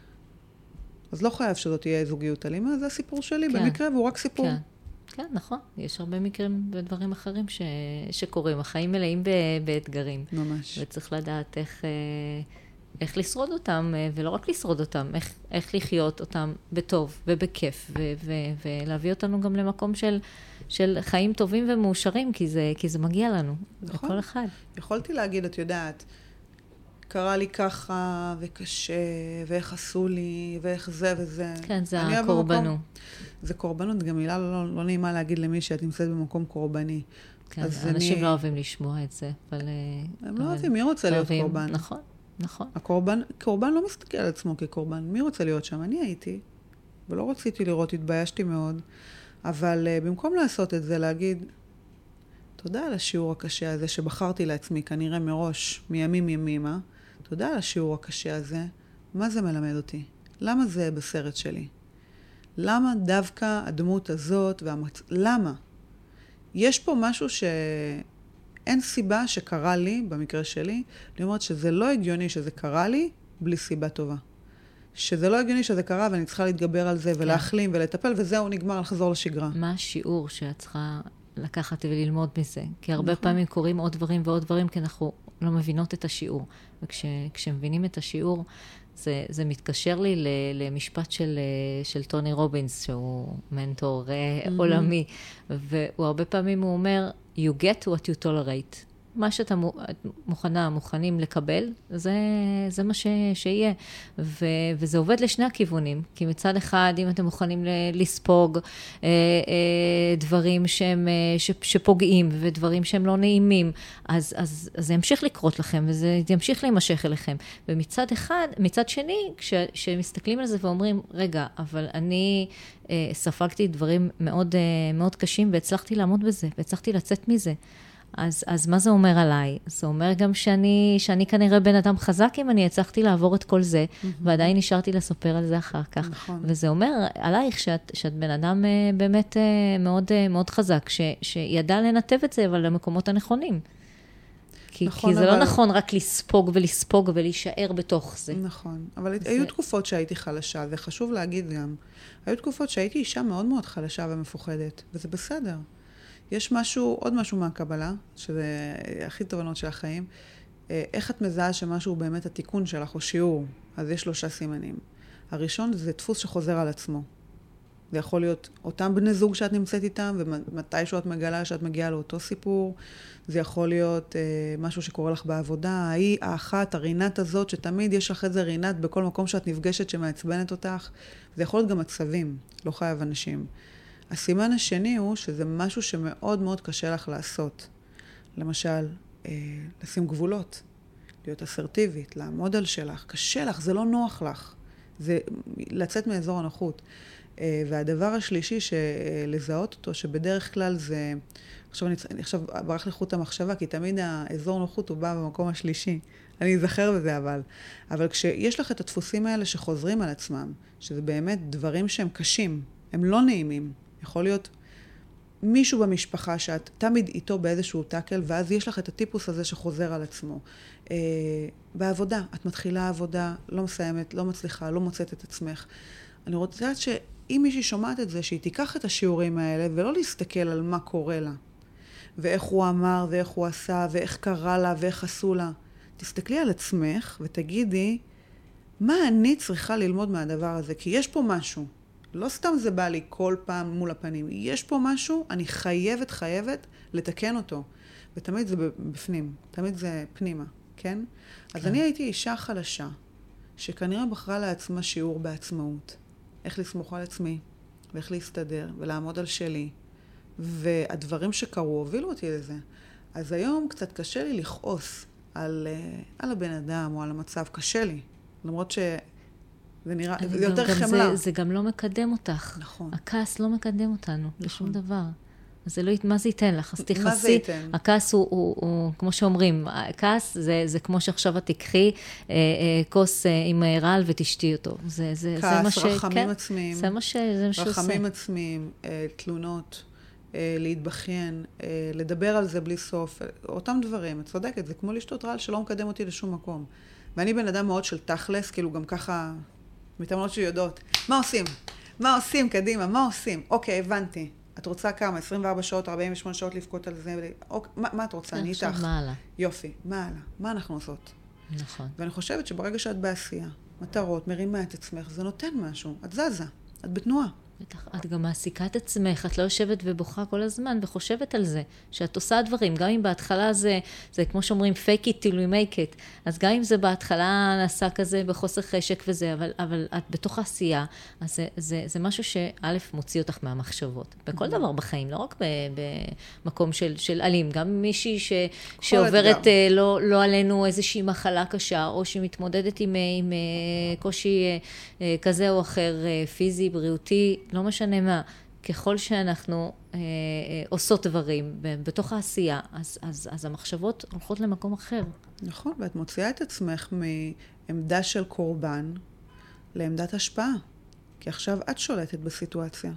Speaker 2: אז לא חייב שזאת תהיה זוגיות אלימה, זה הסיפור שלי כן. במקרה, והוא רק סיפור.
Speaker 1: כן, כן, נכון. יש הרבה מקרים ודברים אחרים ש... שקורים. החיים מלאים ב... באתגרים.
Speaker 2: ממש.
Speaker 1: וצריך לדעת איך... איך לשרוד אותם, ולא רק לשרוד אותם, איך, איך לחיות אותם בטוב ובכיף, ו, ו, ולהביא אותנו גם למקום של, של חיים טובים ומאושרים, כי זה, כי זה מגיע לנו, נכון. לכל אחד.
Speaker 2: יכולתי להגיד, את יודעת, קרה לי ככה, וקשה, ואיך עשו לי, ואיך זה וזה.
Speaker 1: כן, זה הקורבנו. במקום,
Speaker 2: זה קורבנות, גם מילה לא, לא נעימה להגיד למי שאת נמצאת במקום קורבני.
Speaker 1: כן, אנשים אני... לא אוהבים לשמוע את זה, אבל...
Speaker 2: הם לא אוהבים, מי רוצה להיות
Speaker 1: אוהבים,
Speaker 2: קורבן?
Speaker 1: נכון. נכון.
Speaker 2: הקורבן, קורבן לא מסתכל על עצמו כקורבן. מי רוצה להיות שם? אני הייתי, ולא רציתי לראות, התביישתי מאוד. אבל uh, במקום לעשות את זה, להגיד, תודה על השיעור הקשה הזה שבחרתי לעצמי, כנראה מראש, מימים ימימה, תודה על השיעור הקשה הזה, מה זה מלמד אותי? למה זה בסרט שלי? למה דווקא הדמות הזאת והמצ... למה? יש פה משהו ש... אין סיבה שקרה לי, במקרה שלי, אני אומרת שזה לא הגיוני שזה קרה לי בלי סיבה טובה. שזה לא הגיוני שזה קרה, ואני צריכה להתגבר על זה, ולהחלים ולטפל, וזהו, נגמר לחזור לשגרה.
Speaker 1: מה השיעור שאת צריכה לקחת וללמוד מזה? כי הרבה פעמים קוראים עוד דברים ועוד דברים, כי אנחנו לא מבינות את השיעור. וכשמבינים את השיעור, זה, זה מתקשר לי למשפט של, של טוני רובינס, שהוא מנטור mm-hmm. עולמי, והוא הרבה פעמים הוא אומר, you get what you tolerate. מה שאתה מוכנה, מוכנים לקבל, זה, זה מה ש, שיהיה. ו, וזה עובד לשני הכיוונים, כי מצד אחד, אם אתם מוכנים לספוג אה, אה, דברים שהם, ש, שפוגעים, ודברים שהם לא נעימים, אז, אז, אז זה ימשיך לקרות לכם, וזה ימשיך להימשך אליכם. ומצד אחד, מצד שני, כש, כשמסתכלים על זה ואומרים, רגע, אבל אני אה, ספגתי דברים מאוד, אה, מאוד קשים, והצלחתי לעמוד בזה, והצלחתי לצאת מזה. אז, אז מה זה אומר עליי? זה אומר גם שאני, שאני כנראה בן אדם חזק אם אני הצלחתי לעבור את כל זה, mm-hmm. ועדיין נשארתי לספר על זה אחר כך. נכון. וזה אומר עלייך שאת, שאת בן אדם באמת מאוד, מאוד חזק, ש, שידע לנתב את זה, אבל למקומות הנכונים. כי, נכון, כי זה אבל... לא נכון רק לספוג ולספוג ולהישאר בתוך זה.
Speaker 2: נכון, אבל זה... היו תקופות שהייתי חלשה, וחשוב להגיד גם, היו תקופות שהייתי אישה מאוד מאוד חלשה ומפוחדת, וזה בסדר. יש משהו, עוד משהו מהקבלה, שזה הכי תובנות של החיים. איך את מזהה שמשהו באמת התיקון שלך או שיעור? אז יש שלושה סימנים. הראשון זה דפוס שחוזר על עצמו. זה יכול להיות אותם בני זוג שאת נמצאת איתם, ומתישהו את מגלה שאת מגיעה לאותו סיפור. זה יכול להיות אה, משהו שקורה לך בעבודה. ההיא, האחת, הרינת הזאת, שתמיד יש לך איזה רינת בכל מקום שאת נפגשת שמעצבנת אותך. זה יכול להיות גם עצבים, לא חייב אנשים. הסימן השני הוא שזה משהו שמאוד מאוד קשה לך לעשות. למשל, אה, לשים גבולות, להיות אסרטיבית, לעמוד על שלך. קשה לך, זה לא נוח לך. זה לצאת מאזור הנוחות. אה, והדבר השלישי שלזהות אותו, שבדרך כלל זה... עכשיו אני, אני עכשיו ברח לחוט המחשבה, כי תמיד האזור נוחות הוא בא במקום השלישי. אני אזכר בזה אבל. אבל כשיש לך את הדפוסים האלה שחוזרים על עצמם, שזה באמת דברים שהם קשים, הם לא נעימים, יכול להיות מישהו במשפחה שאת תמיד איתו באיזשהו טאקל, ואז יש לך את הטיפוס הזה שחוזר על עצמו. אה, בעבודה, את מתחילה עבודה, לא מסיימת, לא מצליחה, לא מוצאת את עצמך. אני רוצה שאם מישהי שומעת את זה, שהיא תיקח את השיעורים האלה, ולא להסתכל על מה קורה לה, ואיך הוא אמר, ואיך הוא עשה, ואיך קרה לה, ואיך עשו לה. תסתכלי על עצמך ותגידי, מה אני צריכה ללמוד מהדבר הזה? כי יש פה משהו. לא סתם זה בא לי כל פעם מול הפנים. יש פה משהו, אני חייבת, חייבת לתקן אותו. ותמיד זה בפנים, תמיד זה פנימה, כן? כן. אז אני הייתי אישה חלשה, שכנראה בחרה לעצמה שיעור בעצמאות. איך לסמוך על עצמי, ואיך להסתדר, ולעמוד על שלי. והדברים שקרו הובילו אותי לזה. אז היום קצת קשה לי לכעוס על, על הבן אדם או על המצב. קשה לי. למרות ש... זה נראה, זה יותר חמלה.
Speaker 1: זה, זה גם לא מקדם אותך.
Speaker 2: נכון.
Speaker 1: הכעס לא מקדם אותנו, נכון. לשום דבר. אז זה לא, מה זה ייתן לך? אז תכנסי.
Speaker 2: מה זה ייתן?
Speaker 1: הכעס הוא, הוא, הוא, כמו שאומרים, הכעס זה, זה כמו שעכשיו את תקחי אה, אה, כוס אה, עם רעל ותשתי אותו. זה, זה,
Speaker 2: כעס,
Speaker 1: זה מה ש...
Speaker 2: רחמים
Speaker 1: כן,
Speaker 2: עצמיים.
Speaker 1: זה מה ש... זה מה שעושה.
Speaker 2: רחמים עצמיים, אה, תלונות, אה, להתבכיין, אה, לדבר על זה בלי סוף. אותם דברים, את צודקת, זה כמו לשתות רעל שלא מקדם אותי לשום מקום. ואני בן אדם מאוד של תכלס, כאילו גם ככה... מתאמנות שיודעות. מה עושים? מה עושים? קדימה, מה עושים? אוקיי, הבנתי. את רוצה כמה? עשרים וארבע שעות, ארבעים ושמונה שעות לבכות על זה? אוקיי, מה, מה את רוצה? אני איתך.
Speaker 1: עכשיו מה הלאה?
Speaker 2: יופי, מה הלאה? מה אנחנו עושות?
Speaker 1: נכון.
Speaker 2: ואני חושבת שברגע שאת בעשייה, מטרות, מרימה את עצמך, זה נותן משהו. את זזה, את בתנועה.
Speaker 1: בטח, את גם מעסיקה את עצמך, את לא יושבת ובוכה כל הזמן וחושבת על זה, שאת עושה דברים, גם אם בהתחלה זה, זה כמו שאומרים, fake it till we make it, אז גם אם זה בהתחלה נעשה כזה בחוסר חשק וזה, אבל, אבל את בתוך העשייה, אז זה, זה, זה משהו שא' מוציא אותך מהמחשבות, בכל דבר בחיים, לא רק במקום של, של אלים, גם מישהי ש, שעוברת לא, לא עלינו איזושהי מחלה קשה, או שמתמודדת עם, עם קושי כזה או אחר, פיזי, בריאותי, לא משנה מה, ככל שאנחנו אה, אה, עושות דברים בתוך העשייה, אז, אז, אז המחשבות הולכות למקום אחר.
Speaker 2: נכון, ואת מוציאה את עצמך מעמדה של קורבן לעמדת השפעה. כי עכשיו את שולטת בסיטואציה.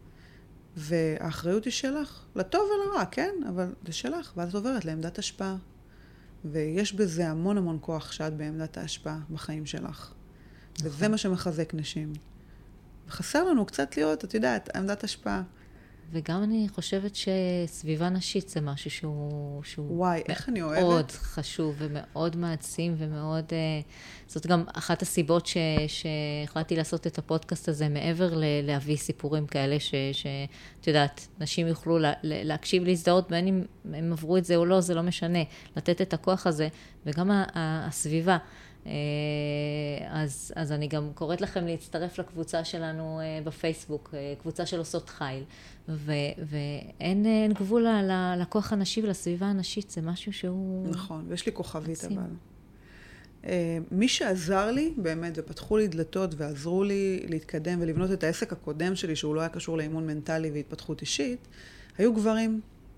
Speaker 2: והאחריות היא שלך, לטוב ולרע, כן? אבל זה שלך, ואת עוברת לעמדת השפעה. ויש בזה המון המון כוח שאת בעמדת ההשפעה בחיים שלך. נכון. וזה מה שמחזק נשים. וחסר לנו קצת להיות, את יודעת, עמדת השפעה.
Speaker 1: וגם אני חושבת שסביבה נשית זה משהו שהוא, שהוא
Speaker 2: וואי, איך אני אוהבת.
Speaker 1: מאוד חשוב ומאוד מעצים ומאוד... זאת גם אחת הסיבות ש, שהחלטתי לעשות את הפודקאסט הזה, מעבר ל, להביא סיפורים כאלה ש, שאת יודעת, נשים יוכלו לה, להקשיב להזדהות, בין אם הם עברו את זה או לא, זה לא משנה, לתת את הכוח הזה, וגם הסביבה. אז, אז אני גם קוראת לכם להצטרף לקבוצה שלנו בפייסבוק, קבוצה של עושות חיל, ו, ואין אין גבול לכוח הנשי ולסביבה הנשית, זה משהו שהוא...
Speaker 2: נכון, ויש לי כוכבית עצים. אבל. מי שעזר לי באמת, ופתחו לי דלתות ועזרו לי להתקדם ולבנות את העסק הקודם שלי, שהוא לא היה קשור לאימון מנטלי והתפתחות אישית, היו גברים.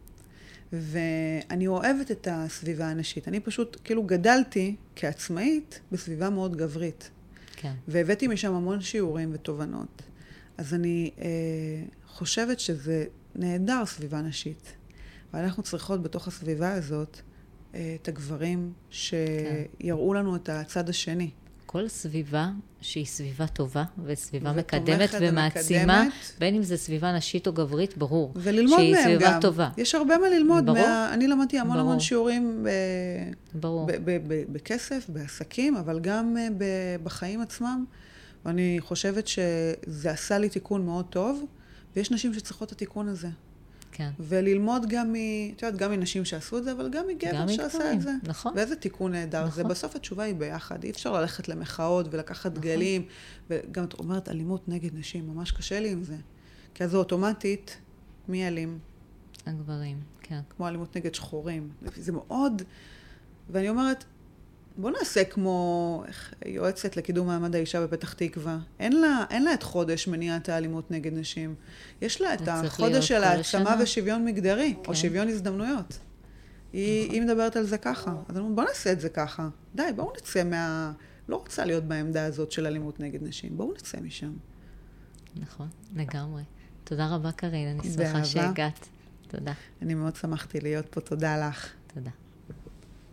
Speaker 2: ואני אוהבת את הסביבה הנשית. אני פשוט, כאילו, גדלתי כעצמאית בסביבה מאוד גברית.
Speaker 1: כן.
Speaker 2: והבאתי משם המון שיעורים ותובנות. אז אני אה, חושבת שזה נהדר סביבה נשית. ואנחנו צריכות בתוך הסביבה הזאת אה, את הגברים שיראו כן. לנו את הצד השני.
Speaker 1: כל סביבה שהיא סביבה טובה וסביבה מקדמת ומעצימה, ומקדמת. בין אם זה סביבה נשית או גברית, ברור.
Speaker 2: וללמוד
Speaker 1: שהיא
Speaker 2: מהם
Speaker 1: סביבה
Speaker 2: גם.
Speaker 1: טובה.
Speaker 2: יש הרבה מה ללמוד. מה... אני למדתי המון ברור. המון שיעורים ב...
Speaker 1: ברור.
Speaker 2: ב- ב- ב- בכסף, בעסקים, אבל גם ב- בחיים עצמם. ואני חושבת שזה עשה לי תיקון מאוד טוב, ויש נשים שצריכות את התיקון הזה.
Speaker 1: כן.
Speaker 2: וללמוד גם מ... את יודעת, גם מנשים שעשו את זה, אבל גם מגבר שעשה את זה.
Speaker 1: נכון.
Speaker 2: ואיזה תיקון נהדר. נכון. זה בסוף התשובה היא ביחד. אי אפשר ללכת למחאות ולקחת נכון. דגלים. וגם את אומרת, אלימות נגד נשים, ממש קשה לי עם זה. כי אז זה אוטומטית, מי אלים?
Speaker 1: הגברים, כן.
Speaker 2: כמו אלימות נגד שחורים. זה מאוד... ואני אומרת, בוא נעשה כמו יועצת לקידום מעמד האישה בפתח תקווה. אין לה, אין לה את חודש מניעת האלימות נגד נשים. יש לה את החודש של העצמה ושוויון מגדרי, כן. או שוויון הזדמנויות. היא, נכון. היא מדברת על זה ככה. אז בוא נעשה את זה ככה. די, בואו נצא מה... לא רוצה להיות בעמדה הזאת של אלימות נגד נשים. בואו נצא משם.
Speaker 1: נכון, לגמרי. תודה רבה, קרין. אני שמחה שהגעת. תודה.
Speaker 2: אני מאוד שמחתי להיות פה. תודה לך.
Speaker 1: תודה.